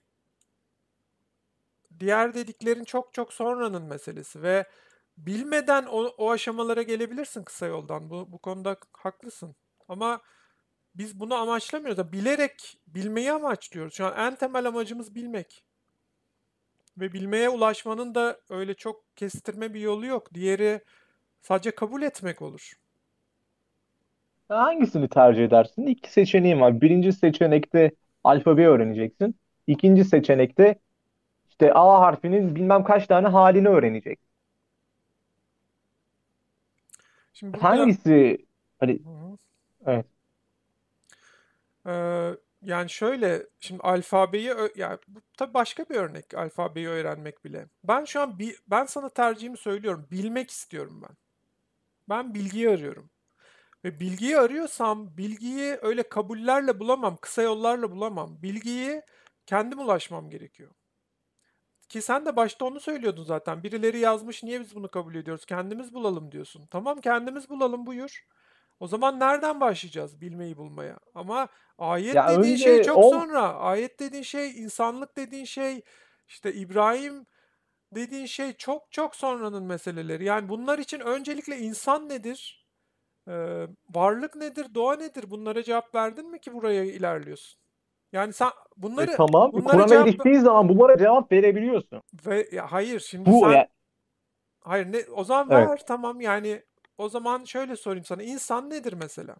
diğer dediklerin çok çok sonranın meselesi ve bilmeden o aşamalara gelebilirsin kısa yoldan. Bu konuda haklısın. Ama biz bunu amaçlamıyoruz. Yani bilerek bilmeyi amaçlıyoruz. Şu an en temel amacımız bilmek. Ve bilmeye ulaşmanın da öyle çok kestirme bir yolu yok. Diğeri sadece kabul etmek olur. Hangisini tercih edersin? İki seçeneğim var. Birinci seçenekte alfabeyi öğreneceksin. İkinci seçenekte işte A harfinin bilmem kaç tane halini öğreneceksin. Şimdi burada Hangisi hani Hı hı. evet. Yani şöyle, şimdi alfabeyi yani bu tabii başka bir örnek alfabeyi öğrenmek bile. Ben şu an ben sana tercihimi söylüyorum. Bilmek istiyorum ben. Ben bilgiyi arıyorum. Ve bilgiyi arıyorsam bilgiyi öyle kabullerle bulamam, kısa yollarla bulamam. Bilgiyi kendim ulaşmam gerekiyor. Ki sen de başta onu söylüyordun zaten. Birileri yazmış, niye biz bunu kabul ediyoruz? Kendimiz bulalım diyorsun. Tamam, kendimiz bulalım, buyur. O zaman nereden başlayacağız bilmeyi bulmaya? Ama ayet Ya dediğin şey önce çok o sonra. Ayet dediğin şey, insanlık dediğin şey, işte İbrahim dediğin şey çok çok sonranın meseleleri. Yani bunlar için öncelikle insan nedir? Varlık nedir? Doğa nedir? Bunlara cevap verdin mi ki buraya ilerliyorsun? Yani sen tamam. bunlara Kur'an'a cevap eriştiğin zaman bunlara cevap verebiliyorsun. ve ya hayır, şimdi Bu sen ya hayır, ne o zaman evet. ver, tamam, yani o zaman şöyle sorayım sana, insan nedir mesela?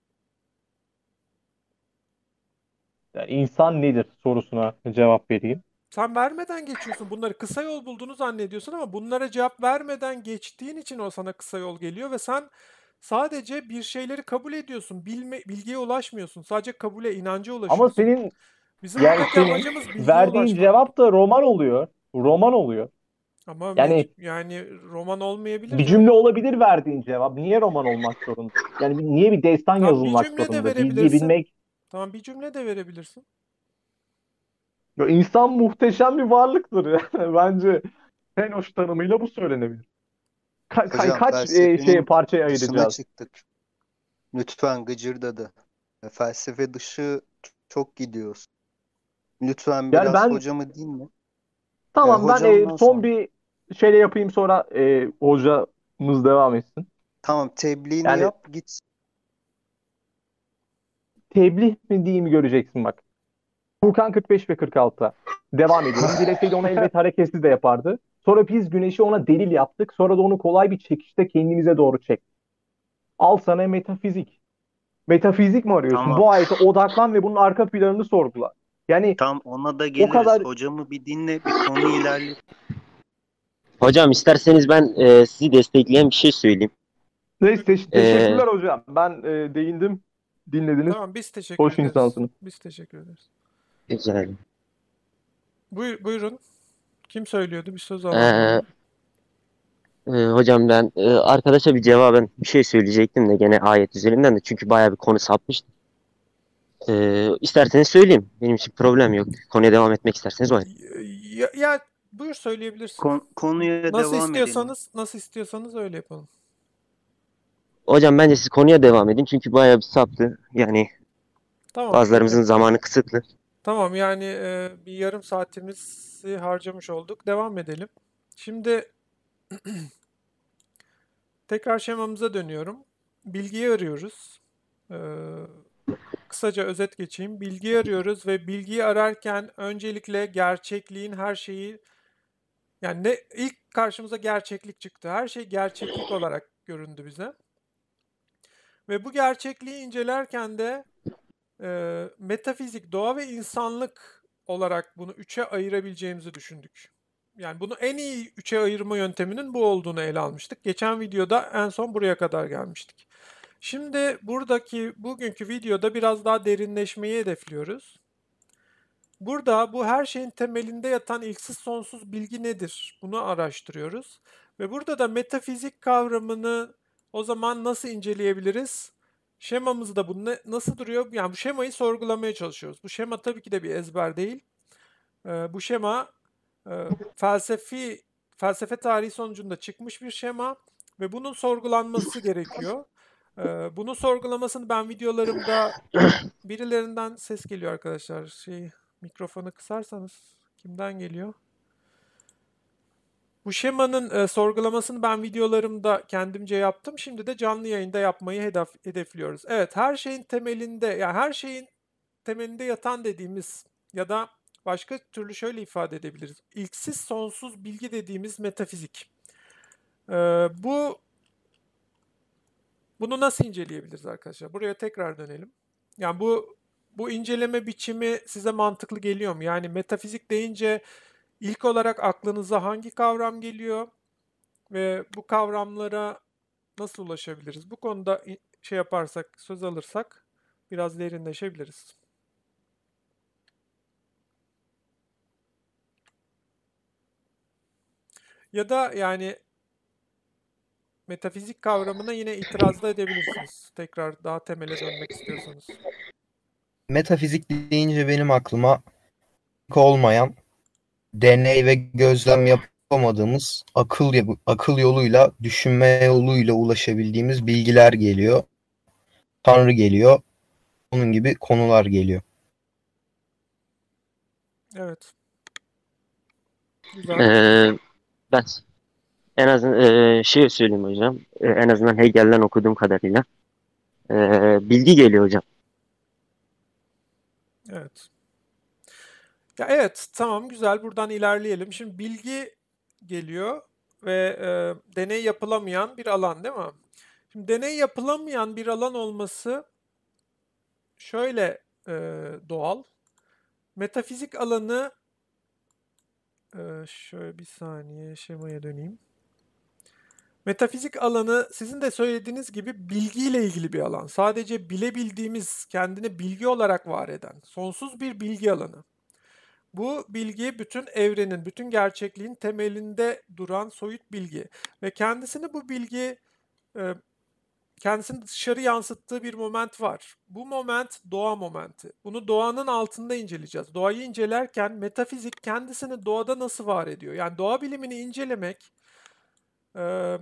Yani insan nedir sorusuna cevap vereyim. Sen vermeden geçiyorsun. Bunları kısa yol bulduğunu zannediyorsun ama bunlara cevap vermeden geçtiğin için o sana kısa yol geliyor ve sen sadece bir şeyleri kabul ediyorsun. Bilgiye ulaşmıyorsun. Sadece kabule, inanca Ama ulaşıyorsun. senin Bizim yani buradaki senin amacımız bilgiye verdiğin ulaşmak. cevap da roman oluyor. Roman oluyor. Ama Yani yani roman olmayabilir bir canım. cümle olabilir verdiğin cevap. Niye roman olmak zorunda? Yani niye bir destan Tamam, bir yazılmak cümle de zorunda? Bilgiyi verebilirsin. bilmek. Tamam, bir cümle de verebilirsin. Ya insan muhteşem bir varlıktır. Yani bence en hoş tanımıyla bu söylenebilir. Hocam Kaç şey felsefenin parçaya dışına ayıracağız? çıktık. Lütfen gıcırdadı. Felsefe dışı çok gidiyoruz. Lütfen Yani biraz ben hocamı dinle. tamam ben Hocamdan son sonra. bir şeyle yapayım sonra hocamız devam etsin. Tamam, tebliğini Yani yap git. tebliğ mi diyeyim göreceksin bak. Furkan 45 ve 46'a devam ediyorum. Dileseydi onu elbet hareketsiz de yapardı. Sonra biz güneşi ona delil yaptık. Sonra da onu kolay bir çekişte kendimize doğru çektik. Al sana metafizik. Metafizik mi arıyorsun? Tamam. Bu ayete odaklan ve bunun arka planını sorgula. Yani Tam ona da o geliriz. kadar Hocamı bir dinle, bir konu ilerlet. Hocam isterseniz ben sizi destekleyen bir şey söyleyeyim. neyse E, teşekkürler hocam. Ben değindim. Dinlediniz. Tamam, biz teşekkür Hoş ederiz. insansınız. Biz teşekkür ederiz. Rica ederim. Buyurun. Kim söylüyordu? Bir söz E, alalım. hocam ben arkadaşa bir cevaben bir şey söyleyecektim de gene ayet üzerinden de çünkü bayağı bir konu sapmıştı. İsterseniz söyleyeyim. Benim için problem yok. Konuya devam etmek isterseniz o ayrı. Ya, buyur, söyleyebilirsin. Konuya Nasıl devam edelim. istiyorsanız öyle yapalım. Hocam bence siz konuya devam edin çünkü bayağı bir saptı. Yani Tamam, peki. bazılarımızın zamanı kısıtlı. Tamam, yani bir yarım saatimizi harcamış olduk. Devam edelim. Şimdi tekrar şemamıza dönüyorum. Bilgiyi arıyoruz. Ee, Kısaca özet geçeyim. Bilgiyi arıyoruz ve bilgiyi ararken öncelikle gerçekliğin her şeyi, yani ilk karşımıza gerçeklik çıktı. Her şey gerçeklik olarak göründü bize. Ve bu gerçekliği incelerken de metafizik, doğa ve insanlık olarak bunu üçe ayırabileceğimizi düşündük. Yani bunu en iyi üçe ayırma yönteminin bu olduğunu ele almıştık. Geçen videoda en son buraya kadar gelmiştik. Şimdi bugünkü videoda biraz daha derinleşmeyi hedefliyoruz. Burada bu her şeyin temelinde yatan ilksiz sonsuz bilgi nedir? Bunu araştırıyoruz. Ve burada da metafizik kavramını o zaman nasıl inceleyebiliriz? Şemamızda bu nasıl duruyor? Yani bu şemayı sorgulamaya çalışıyoruz. Bu şema tabii ki de bir ezber değil. Bu şema e, felsefe tarihi sonucunda çıkmış bir şema ve bunun sorgulanması gerekiyor. Bunun sorgulamasını ben videolarımda birilerinden ses geliyor arkadaşlar. Mikrofonu kısarsanız kimden geliyor? Bu şemanın sorgulamasını ben videolarımda kendimce yaptım. Şimdi de canlı yayında yapmayı hedefliyoruz. Evet, her şeyin temelinde, yani her şeyin temelinde yatan dediğimiz ya da başka türlü şöyle ifade edebiliriz. İlksiz sonsuz bilgi dediğimiz metafizik. E, bu Bunu nasıl inceleyebiliriz arkadaşlar? Buraya tekrar dönelim. Yani bu inceleme biçimi size mantıklı geliyor mu? Yani metafizik deyince ilk olarak aklınıza hangi kavram geliyor ve bu kavramlara nasıl ulaşabiliriz? Bu konuda şey yaparsak, söz alırsak biraz derinleşebiliriz. Ya da yani metafizik kavramına yine itiraz da edebilirsiniz. Tekrar daha temele dönmek istiyorsanız. Metafizik deyince benim aklıma olmayan, deney ve gözlem yapamadığımız akıl yoluyla, düşünme yoluyla ulaşabildiğimiz bilgiler geliyor. Tanrı geliyor. Onun gibi konular geliyor. Evet. Güzel. Ben en azından şey söyleyeyim hocam. En azından Hegel'den okuduğum kadarıyla. Bilgi geliyor hocam. Evet. Ya evet, tamam, güzel. Buradan ilerleyelim. Şimdi bilgi geliyor ve deney yapılamayan bir alan, değil mi? Şimdi deney yapılamayan bir alan olması şöyle doğal. Metafizik alanı şöyle bir saniye şemaya döneyim. Metafizik alanı sizin de söylediğiniz gibi bilgiyle ilgili bir alan. Sadece bilebildiğimiz, kendini bilgi olarak var eden, sonsuz bir bilgi alanı. Bu bilgi bütün evrenin, bütün gerçekliğin temelinde duran soyut bilgi ve bu bilgi e, kendisini dışarı yansıttığı bir moment var. Bu moment doğa momenti. Bunu doğanın altında inceleyeceğiz. Doğayı incelerken metafizik kendisini doğada nasıl var ediyor? Yani doğa bilimini incelemek e,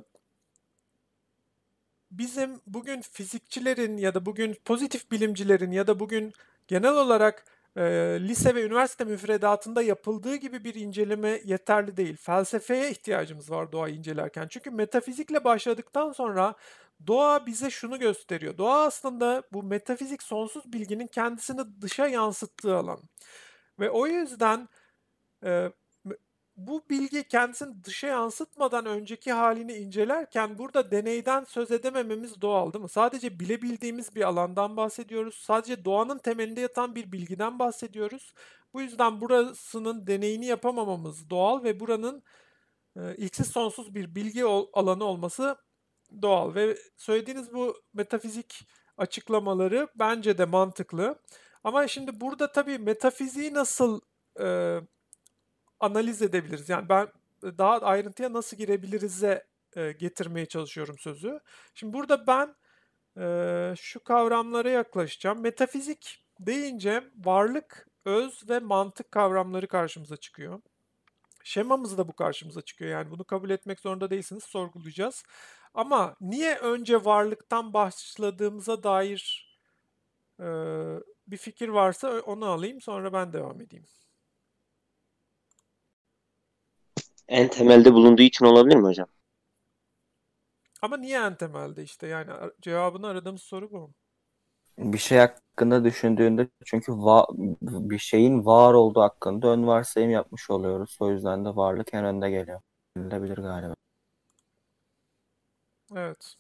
bizim bugün fizikçilerin ya da bugün pozitif bilimcilerin ya da bugün genel olarak lise ve üniversite müfredatında yapıldığı gibi bir inceleme yeterli değil. Felsefeye ihtiyacımız var doğayı incelerken. Çünkü metafizikle başladıktan sonra doğa bize şunu gösteriyor. Doğa aslında bu metafizik sonsuz bilginin kendisini dışa yansıttığı alan. Ve o yüzden e, bu bilgi kendisini dışa yansıtmadan önceki halini incelerken burada deneyden söz edemememiz doğal, değil mi? Sadece bilebildiğimiz bir alandan bahsediyoruz. Sadece doğanın temelinde yatan bir bilgiden bahsediyoruz. Bu yüzden burasının deneyini yapamamamız doğal ve buranın ilksiz sonsuz bir bilgi alanı olması doğal. Ve söylediğiniz bu metafizik açıklamaları bence de mantıklı. Ama şimdi burada tabii metafiziği nasıl e, analiz edebiliriz? Yani ben daha ayrıntıya nasıl girebiliriz'e getirmeye çalışıyorum sözü. Şimdi burada ben şu kavramlara yaklaşacağım. Metafizik deyince varlık, öz ve mantık kavramları karşımıza çıkıyor. Şemamız da bu karşımıza çıkıyor. Yani bunu kabul etmek zorunda değilsiniz, sorgulayacağız. Ama niye önce varlıktan başladığımıza dair e, bir fikir varsa onu alayım, sonra ben devam edeyim. En temelde bulunduğu için olabilir mi hocam? Ama niye en temelde işte yani cevabını aradığımız soru bu. Bir şey hakkında düşündüğünde çünkü bir şeyin var olduğu hakkında ön varsayım yapmış oluyoruz. O yüzden de varlık en önde geliyor. Bilinebilir galiba. Evet.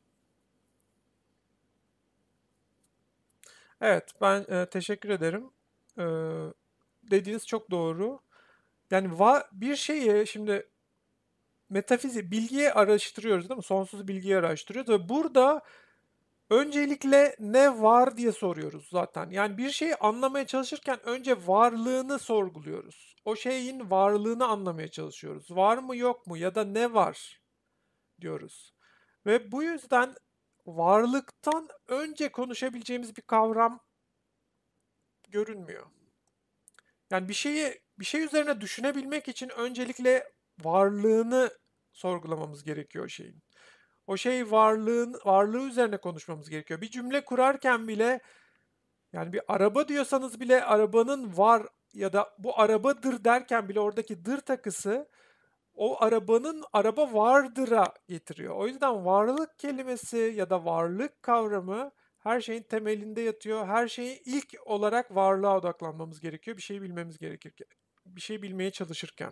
Evet, ben teşekkür ederim. E, Dediğiniz çok doğru. Yani bir şeyi şimdi metafizik, bilgiyi araştırıyoruz, değil mi? Sonsuz bilgiyi araştırıyoruz ve burada öncelikle ne var diye soruyoruz zaten. Yani bir şeyi anlamaya çalışırken önce varlığını sorguluyoruz. O şeyin varlığını anlamaya çalışıyoruz. Var mı yok mu ya da ne var diyoruz. Ve bu yüzden varlıktan önce konuşabileceğimiz bir kavram görünmüyor. Yani bir şey üzerine düşünebilmek için öncelikle varlığını sorgulamamız gerekiyor o şeyin. O şey varlığı üzerine konuşmamız gerekiyor. Bir cümle kurarken bile yani bir araba diyorsanız bile arabanın var ya da bu arabadır derken bile oradaki dır takısı o arabanın araba vardır'a getiriyor. O yüzden varlık kelimesi ya da varlık kavramı her şeyin temelinde yatıyor. Her şeyi ilk olarak varlığa odaklanmamız gerekiyor. Bir şey bilmemiz gerekirken. Bir şey bilmeye çalışırken.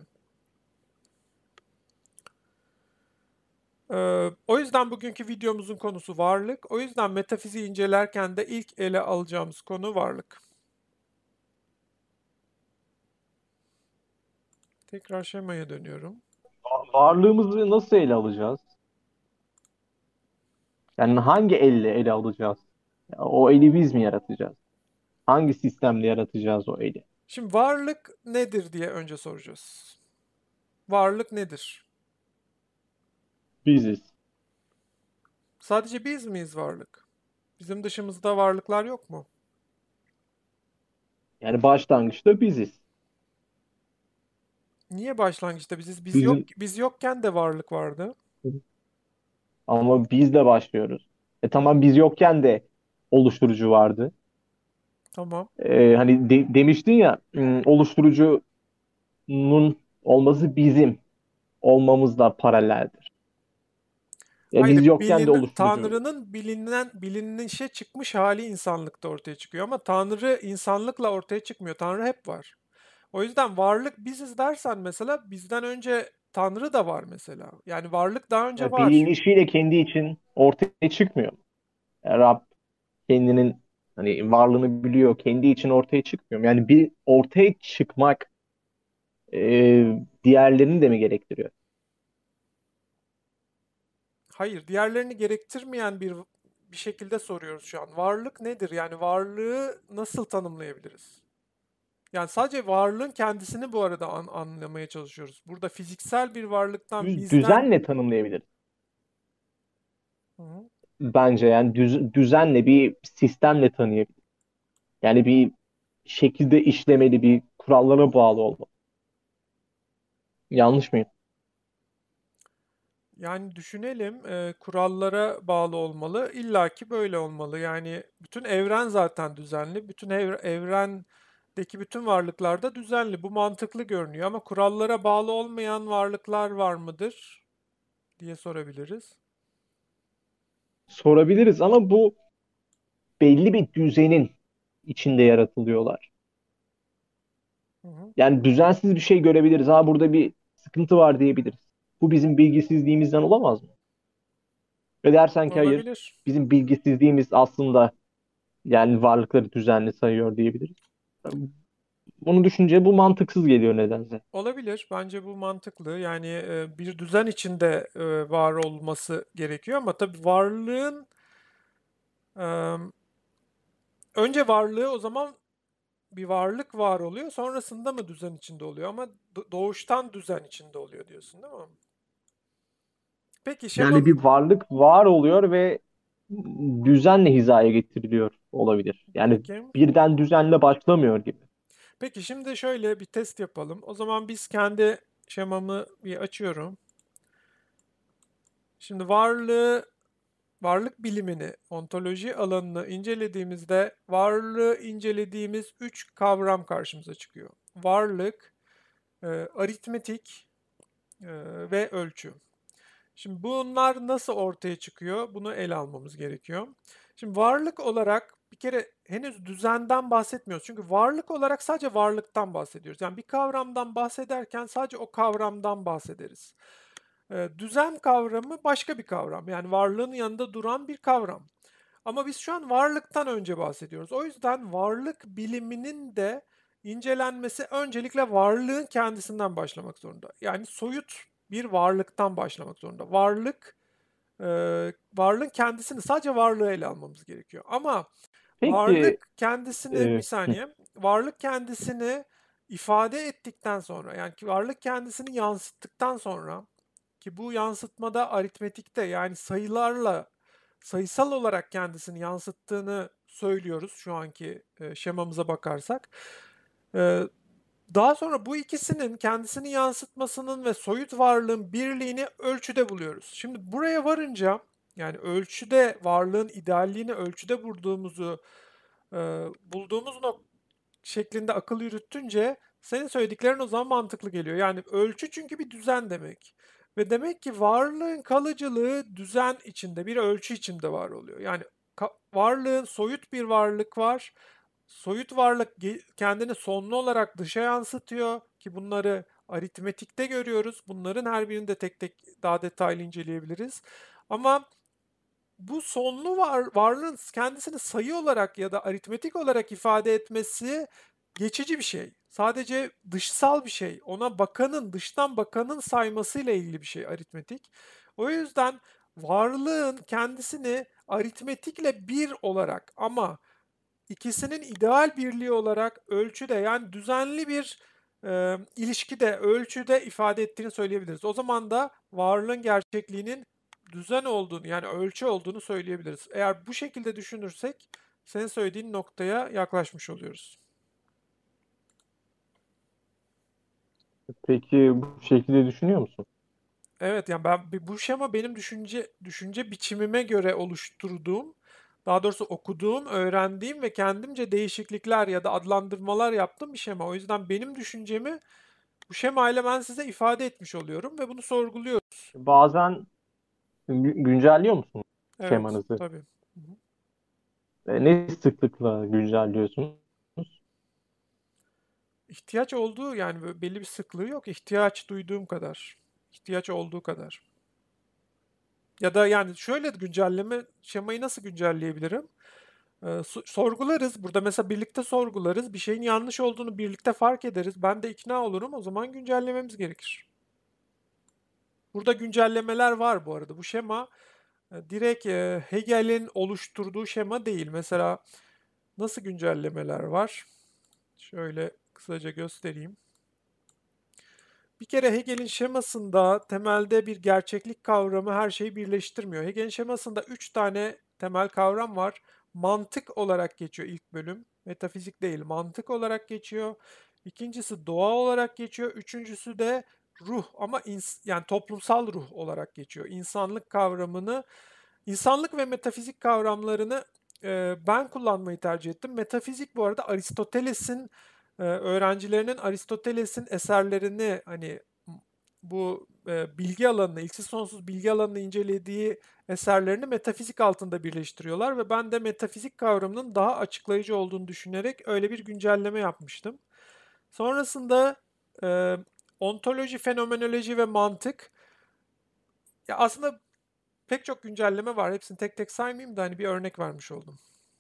O yüzden bugünkü videomuzun konusu varlık. O yüzden metafiziği incelerken de ilk ele alacağımız konu varlık. Tekrar şemaya dönüyorum. Varlığımızı nasıl ele alacağız? Yani hangi elle ele alacağız? Ya, o eli biz mi yaratacağız? Hangi sistemle yaratacağız o eli? Şimdi varlık nedir diye önce soracağız. Varlık nedir? Biziz. Sadece biz miyiz varlık? Bizim dışımızda varlıklar yok mu? Yani başlangıçta biziz. Niye başlangıçta biziz? Bizim Biz yokken de varlık vardı. ama bizle başlıyoruz. Tamam, biz yokken de oluşturucu vardı. Tamam. Hani demiştin ya, oluşturucunun olması bizim olmamızla paraleldir. Hayır, Biz yokken de oluşturucu. Tanrı'nın bilinişe çıkmış hali insanlıkta ortaya çıkıyor ama Tanrı insanlıkla ortaya çıkmıyor. Tanrı hep var. O yüzden varlık biziz dersen mesela bizden önce Tanrı da var mesela. Yani varlık daha önce var. Bilinişiyle kendi için ortaya çıkmıyor. Rab kendinin hani varlığını biliyor, kendi için ortaya çıkmıyor. Yani bir ortaya çıkmak diğerlerini de mi gerektiriyor? Hayır, diğerlerini gerektirmeyen bir şekilde soruyoruz şu an. Varlık nedir? Yani varlığı nasıl tanımlayabiliriz? Yani sadece varlığın kendisini bu arada anlamaya çalışıyoruz. Burada fiziksel bir varlıktan bizden... Düzenle tanımlayabiliriz. Hı hı. Bence yani düzenle, bir sistemle tanıyabiliriz. Yani bir şekilde işlemeli, bir kurallara bağlı olmalı. Yanlış mıyım? Yani düşünelim, kurallara bağlı olmalı. İlla ki böyle olmalı. Yani bütün evren zaten düzenli. Bütün evrendeki bütün varlıklar da düzenli. Bu mantıklı görünüyor ama kurallara bağlı olmayan varlıklar var mıdır diye sorabiliriz. Sorabiliriz ama bu belli bir düzenin içinde yaratılıyorlar. Hı hı. Yani düzensiz bir şey görebiliriz. Burada bir sıkıntı var diyebiliriz. Bu bizim bilgisizliğimizden olamaz mı? Ve dersen ki hayır, Olabilir. bizim bilgisizliğimiz aslında yani varlıkları düzenli sayıyor diyebiliriz. Bunu düşünce bu mantıksız geliyor nedense. Olabilir. Bence bu mantıklı. Yani bir düzen içinde var olması gerekiyor ama tabii varlığın e, önce varlığı o zaman bir varlık var oluyor. Sonrasında mı düzen içinde oluyor? Ama doğuştan düzen içinde oluyor diyorsun, değil mi? Peki Yani bir varlık var oluyor ve düzenle hizaya getiriliyor olabilir. Yani peki. birden düzenle başlamıyor gibi. Peki şimdi şöyle bir test yapalım. O zaman biz kendi şemamı bir açıyorum. Şimdi varlık bilimini, ontoloji alanını incelediğimizde varlığı incelediğimiz 3 kavram karşımıza çıkıyor. Varlık, aritmetik ve ölçü. Şimdi bunlar nasıl ortaya çıkıyor? Bunu ele almamız gerekiyor. Şimdi varlık olarak bir kere henüz düzenden bahsetmiyoruz. Çünkü varlık olarak sadece varlıktan bahsediyoruz. Yani bir kavramdan bahsederken sadece o kavramdan bahsederiz. Düzen kavramı başka bir kavram. Yani varlığın yanında duran bir kavram. Ama biz şu an varlıktan önce bahsediyoruz. O yüzden varlık biliminin de incelenmesi öncelikle varlığın kendisinden başlamak zorunda. Yani soyut bir varlıktan başlamak zorunda. Varlığın kendisini, sadece varlığı ele almamız gerekiyor. Ama Peki bir saniye, varlık kendisini ifade ettikten sonra, yani ki varlık kendisini yansıttıktan sonra, ki bu yansıtmada aritmetikte yani sayısal olarak kendisini yansıttığını söylüyoruz şu anki şemamıza bakarsak. E, Daha sonra bu ikisinin kendisini yansıtmasının ve soyut varlığın birliğini ölçüde buluyoruz. Şimdi buraya varınca yani ölçüde varlığın idealliğini ölçüde e, bulduğumuz şeklinde akıl yürüttünce senin söylediklerin o zaman mantıklı geliyor. Yani ölçü çünkü bir düzen demek. Ve demek ki varlığın kalıcılığı düzen içinde, bir ölçü içinde var oluyor. Yani varlığın soyut bir varlık var. Soyut varlık kendini sonlu olarak dışa yansıtıyor ki bunları aritmetikte görüyoruz. Bunların her birini de tek tek daha detaylı inceleyebiliriz. Ama bu sonlu varlığın kendisini sayı olarak ya da aritmetik olarak ifade etmesi geçici bir şey. Sadece dışsal bir şey. Ona dıştan bakanın saymasıyla ilgili bir şey aritmetik. O yüzden varlığın kendisini aritmetikle bir olarak ama ikisinin ideal birliği olarak ölçüde yani düzenli bir ilişkide, ölçüde ifade ettiğini söyleyebiliriz. O zaman da varlığın gerçekliğinin düzen olduğunu yani ölçü olduğunu söyleyebiliriz. Eğer bu şekilde düşünürsek senin söylediğin noktaya yaklaşmış oluyoruz. Peki bu şekilde düşünüyor musun? Evet yani bu şema benim düşünce biçimime göre oluşturduğum, daha doğrusu okuduğum, öğrendiğim ve kendimce değişiklikler ya da adlandırmalar yaptığım bir şema. O yüzden benim düşüncemi bu şemayla ben size ifade etmiş oluyorum ve bunu sorguluyorum. Bazen güncelliyor musun Evet, şemanızı? tabii. Hı hı. Ne sıklıkla güncelliyorsunuz? İhtiyaç olduğu yani böyle belli bir sıklığı yok. İhtiyaç duyduğum kadar. İhtiyaç olduğu kadar. Ya da yani şöyle güncelleme şemayı nasıl güncelleyebilirim? Sorgularız. Burada mesela birlikte sorgularız. Bir şeyin yanlış olduğunu birlikte fark ederiz. Ben de ikna olurum. O zaman güncellememiz gerekir. Burada güncellemeler var bu arada. Bu şema direkt Hegel'in oluşturduğu şema değil. Mesela nasıl güncellemeler var? Şöyle kısaca göstereyim. Bir kere Hegel'in şemasında temelde bir gerçeklik kavramı her şeyi birleştirmiyor. Hegel'in şemasında 3 tane temel kavram var. Mantık olarak geçiyor ilk bölüm. Metafizik değil, mantık olarak geçiyor. İkincisi doğa olarak geçiyor. Üçüncüsü de ruh ama yani toplumsal ruh olarak geçiyor. İnsanlık kavramını, insanlık ve metafizik kavramlarını ben kullanmayı tercih ettim. Metafizik bu arada Aristoteles'in öğrencilerinin Aristoteles'in eserlerini hani bu bilgi alanını, ilksiz sonsuz bilgi alanını incelediği eserlerini metafizik altında birleştiriyorlar ve ben de metafizik kavramının daha açıklayıcı olduğunu düşünerek öyle bir güncelleme yapmıştım. Sonrasında e, ontoloji, fenomenoloji ve mantık. Ya aslında pek çok güncelleme var. Hepsini tek tek saymayayım da hani bir örnek vermiş oldum.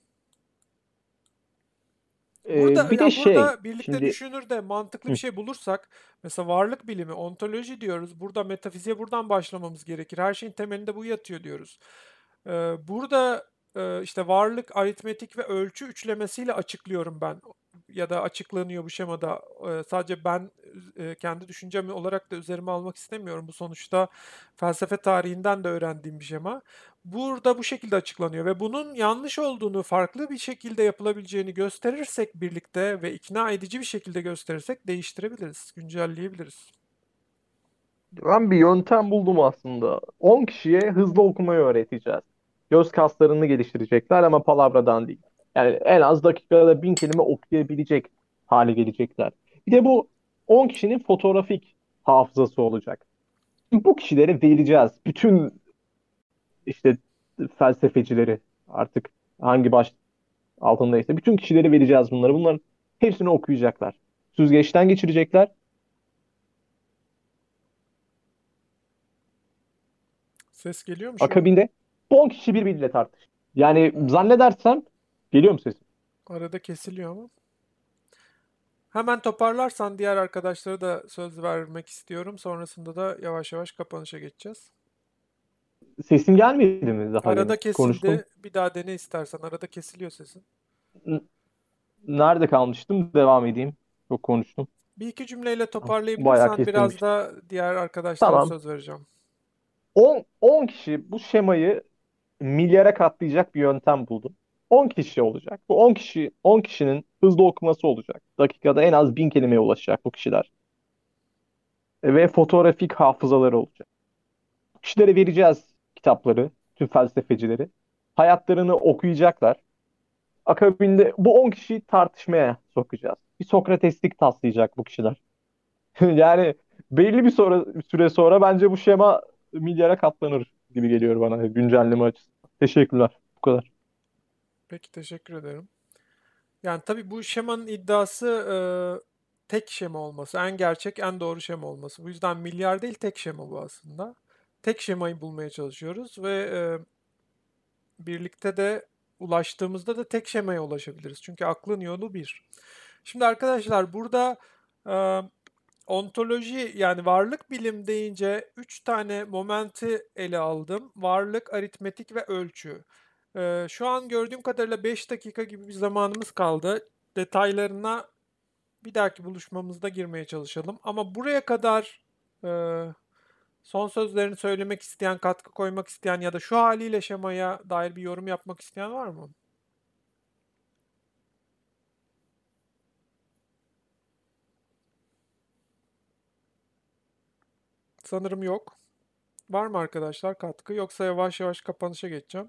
Burada Bir de yani şey, burada birlikte şimdi düşünür de mantıklı bir hı, şey bulursak mesela varlık bilimi, ontoloji diyoruz. Burada metafiziğe buradan başlamamız gerekir. Her şeyin temelinde bu yatıyor diyoruz. Burada işte varlık, aritmetik ve ölçü üçlemesiyle açıklıyorum ben ya da açıklanıyor bu şemada. Sadece ben kendi düşüncem olarak da üzerime almak istemiyorum. Bu sonuçta felsefe tarihinden de öğrendiğim bir şema. Burada bu şekilde açıklanıyor ve bunun yanlış olduğunu, farklı bir şekilde yapılabileceğini gösterirsek birlikte ve ikna edici bir şekilde gösterirsek değiştirebiliriz, güncelleyebiliriz. ben bir yöntem buldum aslında. 10 kişiye hızlı okumayı öğreteceğiz. Göz kaslarını geliştirecekler ama palavradan değil. Yani en az dakikada 1000 kelime okuyabilecek hale gelecekler. Bir de bu 10 kişinin fotoğrafik hafızası olacak. Bu kişilere vereceğiz. Bütün işte felsefecileri artık hangi baş altındaysa bütün kişileri vereceğiz bunları. Bunların hepsini okuyacaklar. Süzgeçten geçirecekler. Ses geliyor mu şu an? Akabinde bu 10 kişi birbiriyle tartışır. Yani zannedersem geliyor mu sesim? Arada kesiliyor ama. Hemen toparlarsan diğer arkadaşlara da söz vermek istiyorum. Sonrasında da yavaş yavaş kapanışa geçeceğiz. Sesim gelmedi mi daha demin? Arada Konuştum. kesildi. Bir daha dene istersen. Arada kesiliyor sesin. N- Nerede kalmıştım? Devam edeyim. Çok konuştum. Bir iki cümleyle Bayağı toparlayabilirsen biraz kesilmiştim. da diğer arkadaşlara Tamam. söz vereceğim. 10 kişi bu şemayı milyara katlayacak bir yöntem buldum. 10 kişi olacak. Bu 10 kişinin hızlı okuması olacak. Dakikada en az 1000 kelimeye ulaşacak bu kişiler. Ve fotoğrafik hafızaları olacak. Kişilere vereceğiz kitapları, tüm felsefecileri. Hayatlarını okuyacaklar. Akabinde bu 10 kişiyi tartışmaya sokacağız. Bir Sokrateslik taslayacak bu kişiler. Yani belli bir süre sonra bence bu şema milyara katlanır gibi geliyor bana güncelleme açısından. Teşekkürler. Bu kadar. Peki teşekkür ederim. Yani tabii bu şemanın iddiası tek şema olması, en gerçek, en doğru şema olması. Bu yüzden milyar değil tek şema bu aslında. Tek şemayı bulmaya çalışıyoruz ve birlikte de ulaştığımızda da tek şemaya ulaşabiliriz. Çünkü aklın yolu bir. Şimdi arkadaşlar burada e, ontoloji yani varlık bilim deyince 3 tane momenti ele aldım. Varlık, aritmetik ve ölçü. Şu an gördüğüm kadarıyla 5 dakika gibi bir zamanımız kaldı. Detaylarına bir dahaki buluşmamızda girmeye çalışalım. Ama buraya kadar e, Son sözlerini söylemek isteyen, katkı koymak isteyen ya da şu haliyle şemaya dair bir yorum yapmak isteyen var mı? Sanırım yok. Var mı arkadaşlar katkı? Yoksa yavaş yavaş kapanışa geçeceğim.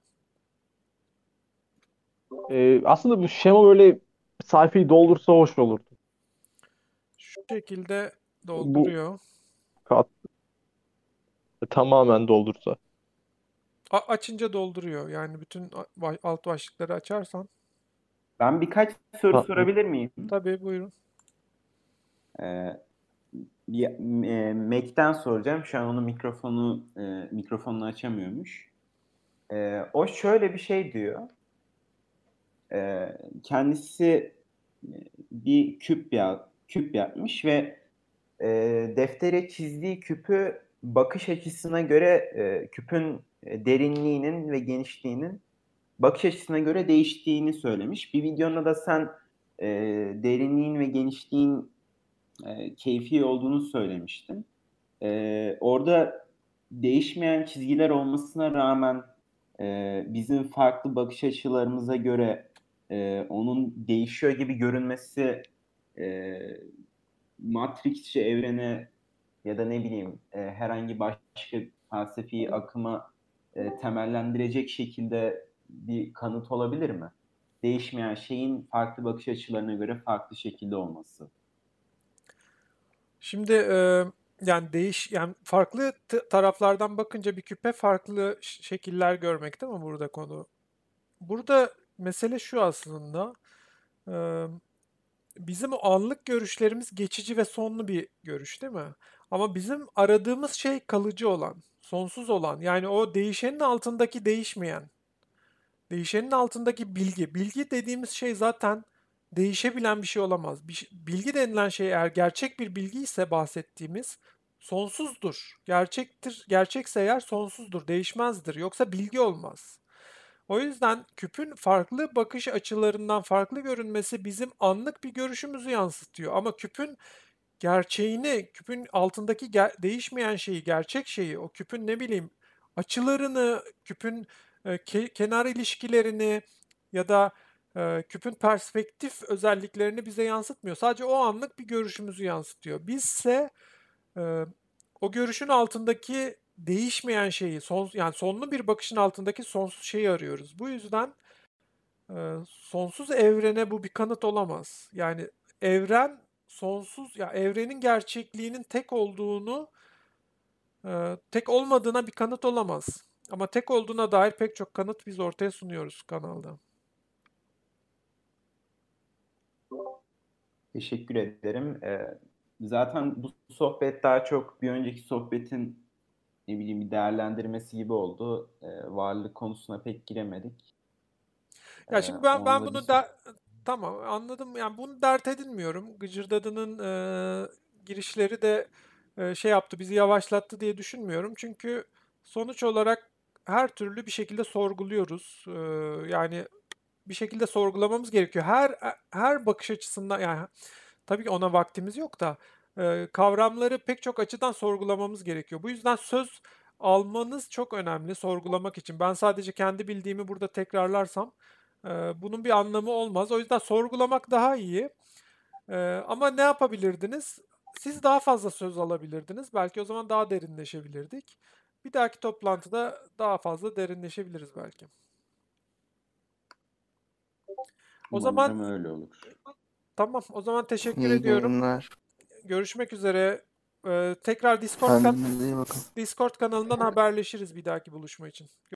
Aslında bu şema böyle sayfayı doldursa hoş olurdu. Şu şekilde Bu dolduruyor. kat tamamen doldursa. Açınca dolduruyor. Yani bütün alt başlıkları açarsan. Ben birkaç soru Ha, sorabilir miyim? Tabii buyurun. Ee, Mac'ten soracağım. Şu an onun mikrofonunu açamıyormuş. O şöyle bir şey diyor. Kendisi bir küp yapmış ve deftere çizdiği küpü bakış açısına göre küpün derinliğinin ve genişliğinin bakış açısına göre değiştiğini söylemiş. Bir videonda da sen derinliğin ve genişliğin keyfi olduğunu söylemiştin. Orada değişmeyen çizgiler olmasına rağmen bizim farklı bakış açılarımıza göre onun değişiyor gibi görünmesi Matrixçi evrene ya da ne bileyim herhangi başka felsefi akıma temellendirecek şekilde bir kanıt olabilir mi? Değişmeyen şeyin farklı bakış açılarına göre farklı şekilde olması. Şimdi yani yani farklı taraflardan bakınca bir küpe farklı şekiller görmek değil mi burada konu? Burada mesele şu aslında. Bizim o anlık görüşlerimiz geçici ve sonlu bir görüş değil mi? Ama bizim aradığımız şey kalıcı olan, sonsuz olan, yani o değişenin altındaki değişmeyen, değişenin altındaki bilgi. Bilgi dediğimiz şey zaten değişebilen bir şey olamaz. Bilgi denilen şey eğer gerçek bir bilgi ise bahsettiğimiz sonsuzdur. Gerçektir. Gerçekse eğer sonsuzdur, değişmezdir. Yoksa bilgi olmaz. O yüzden küpün farklı bakış açılarından farklı görünmesi bizim anlık bir görüşümüzü yansıtıyor. Ama küpün gerçeğini, küpün altındaki değişmeyen şeyi, gerçek şeyi, o küpün ne bileyim açılarını, küpün kenar ilişkilerini ya da küpün perspektif özelliklerini bize yansıtmıyor. Sadece o anlık bir görüşümüzü yansıtıyor. Bizse e, o görüşün altındaki değişmeyen şeyi, yani sonlu bir bakışın altındaki sonsuz şeyi arıyoruz. Bu yüzden sonsuz evrene bu bir kanıt olamaz. Yani evren sonsuz, ya evrenin gerçekliğinin tek olmadığına bir kanıt olamaz. Ama tek olduğuna dair pek çok kanıt biz ortaya sunuyoruz kanalda. Teşekkür ederim. Zaten bu sohbet daha çok bir önceki sohbetin ne bileyim bir değerlendirmesi gibi oldu. Varlık konusuna pek giremedik. Ya şimdi ben Onunla bir bunu da tamam anladım. Yani bunu dert edinmiyorum. Gıcırdadı'nın girişleri de şey yaptı, bizi yavaşlattı diye düşünmüyorum. Çünkü sonuç olarak her türlü bir şekilde sorguluyoruz. Yani bir şekilde sorgulamamız gerekiyor. Her bakış açısından, yani tabii ki ona vaktimiz yok da kavramları pek çok açıdan sorgulamamız gerekiyor. Bu yüzden söz almanız çok önemli sorgulamak için. Ben sadece kendi bildiğimi burada tekrarlarsam bunun bir anlamı olmaz. O yüzden sorgulamak daha iyi. Ama ne yapabilirdiniz? Siz daha fazla söz alabilirdiniz. Belki o zaman daha derinleşebilirdik. Bir dahaki toplantıda daha fazla derinleşebiliriz belki. O zaman umarım öyle olur. tamam. O zaman teşekkür İyi ediyorum. günler. Görüşmek üzere. Tekrar Kendinize iyi bakın. Discord kanalından haberleşiriz bir dahaki buluşma için.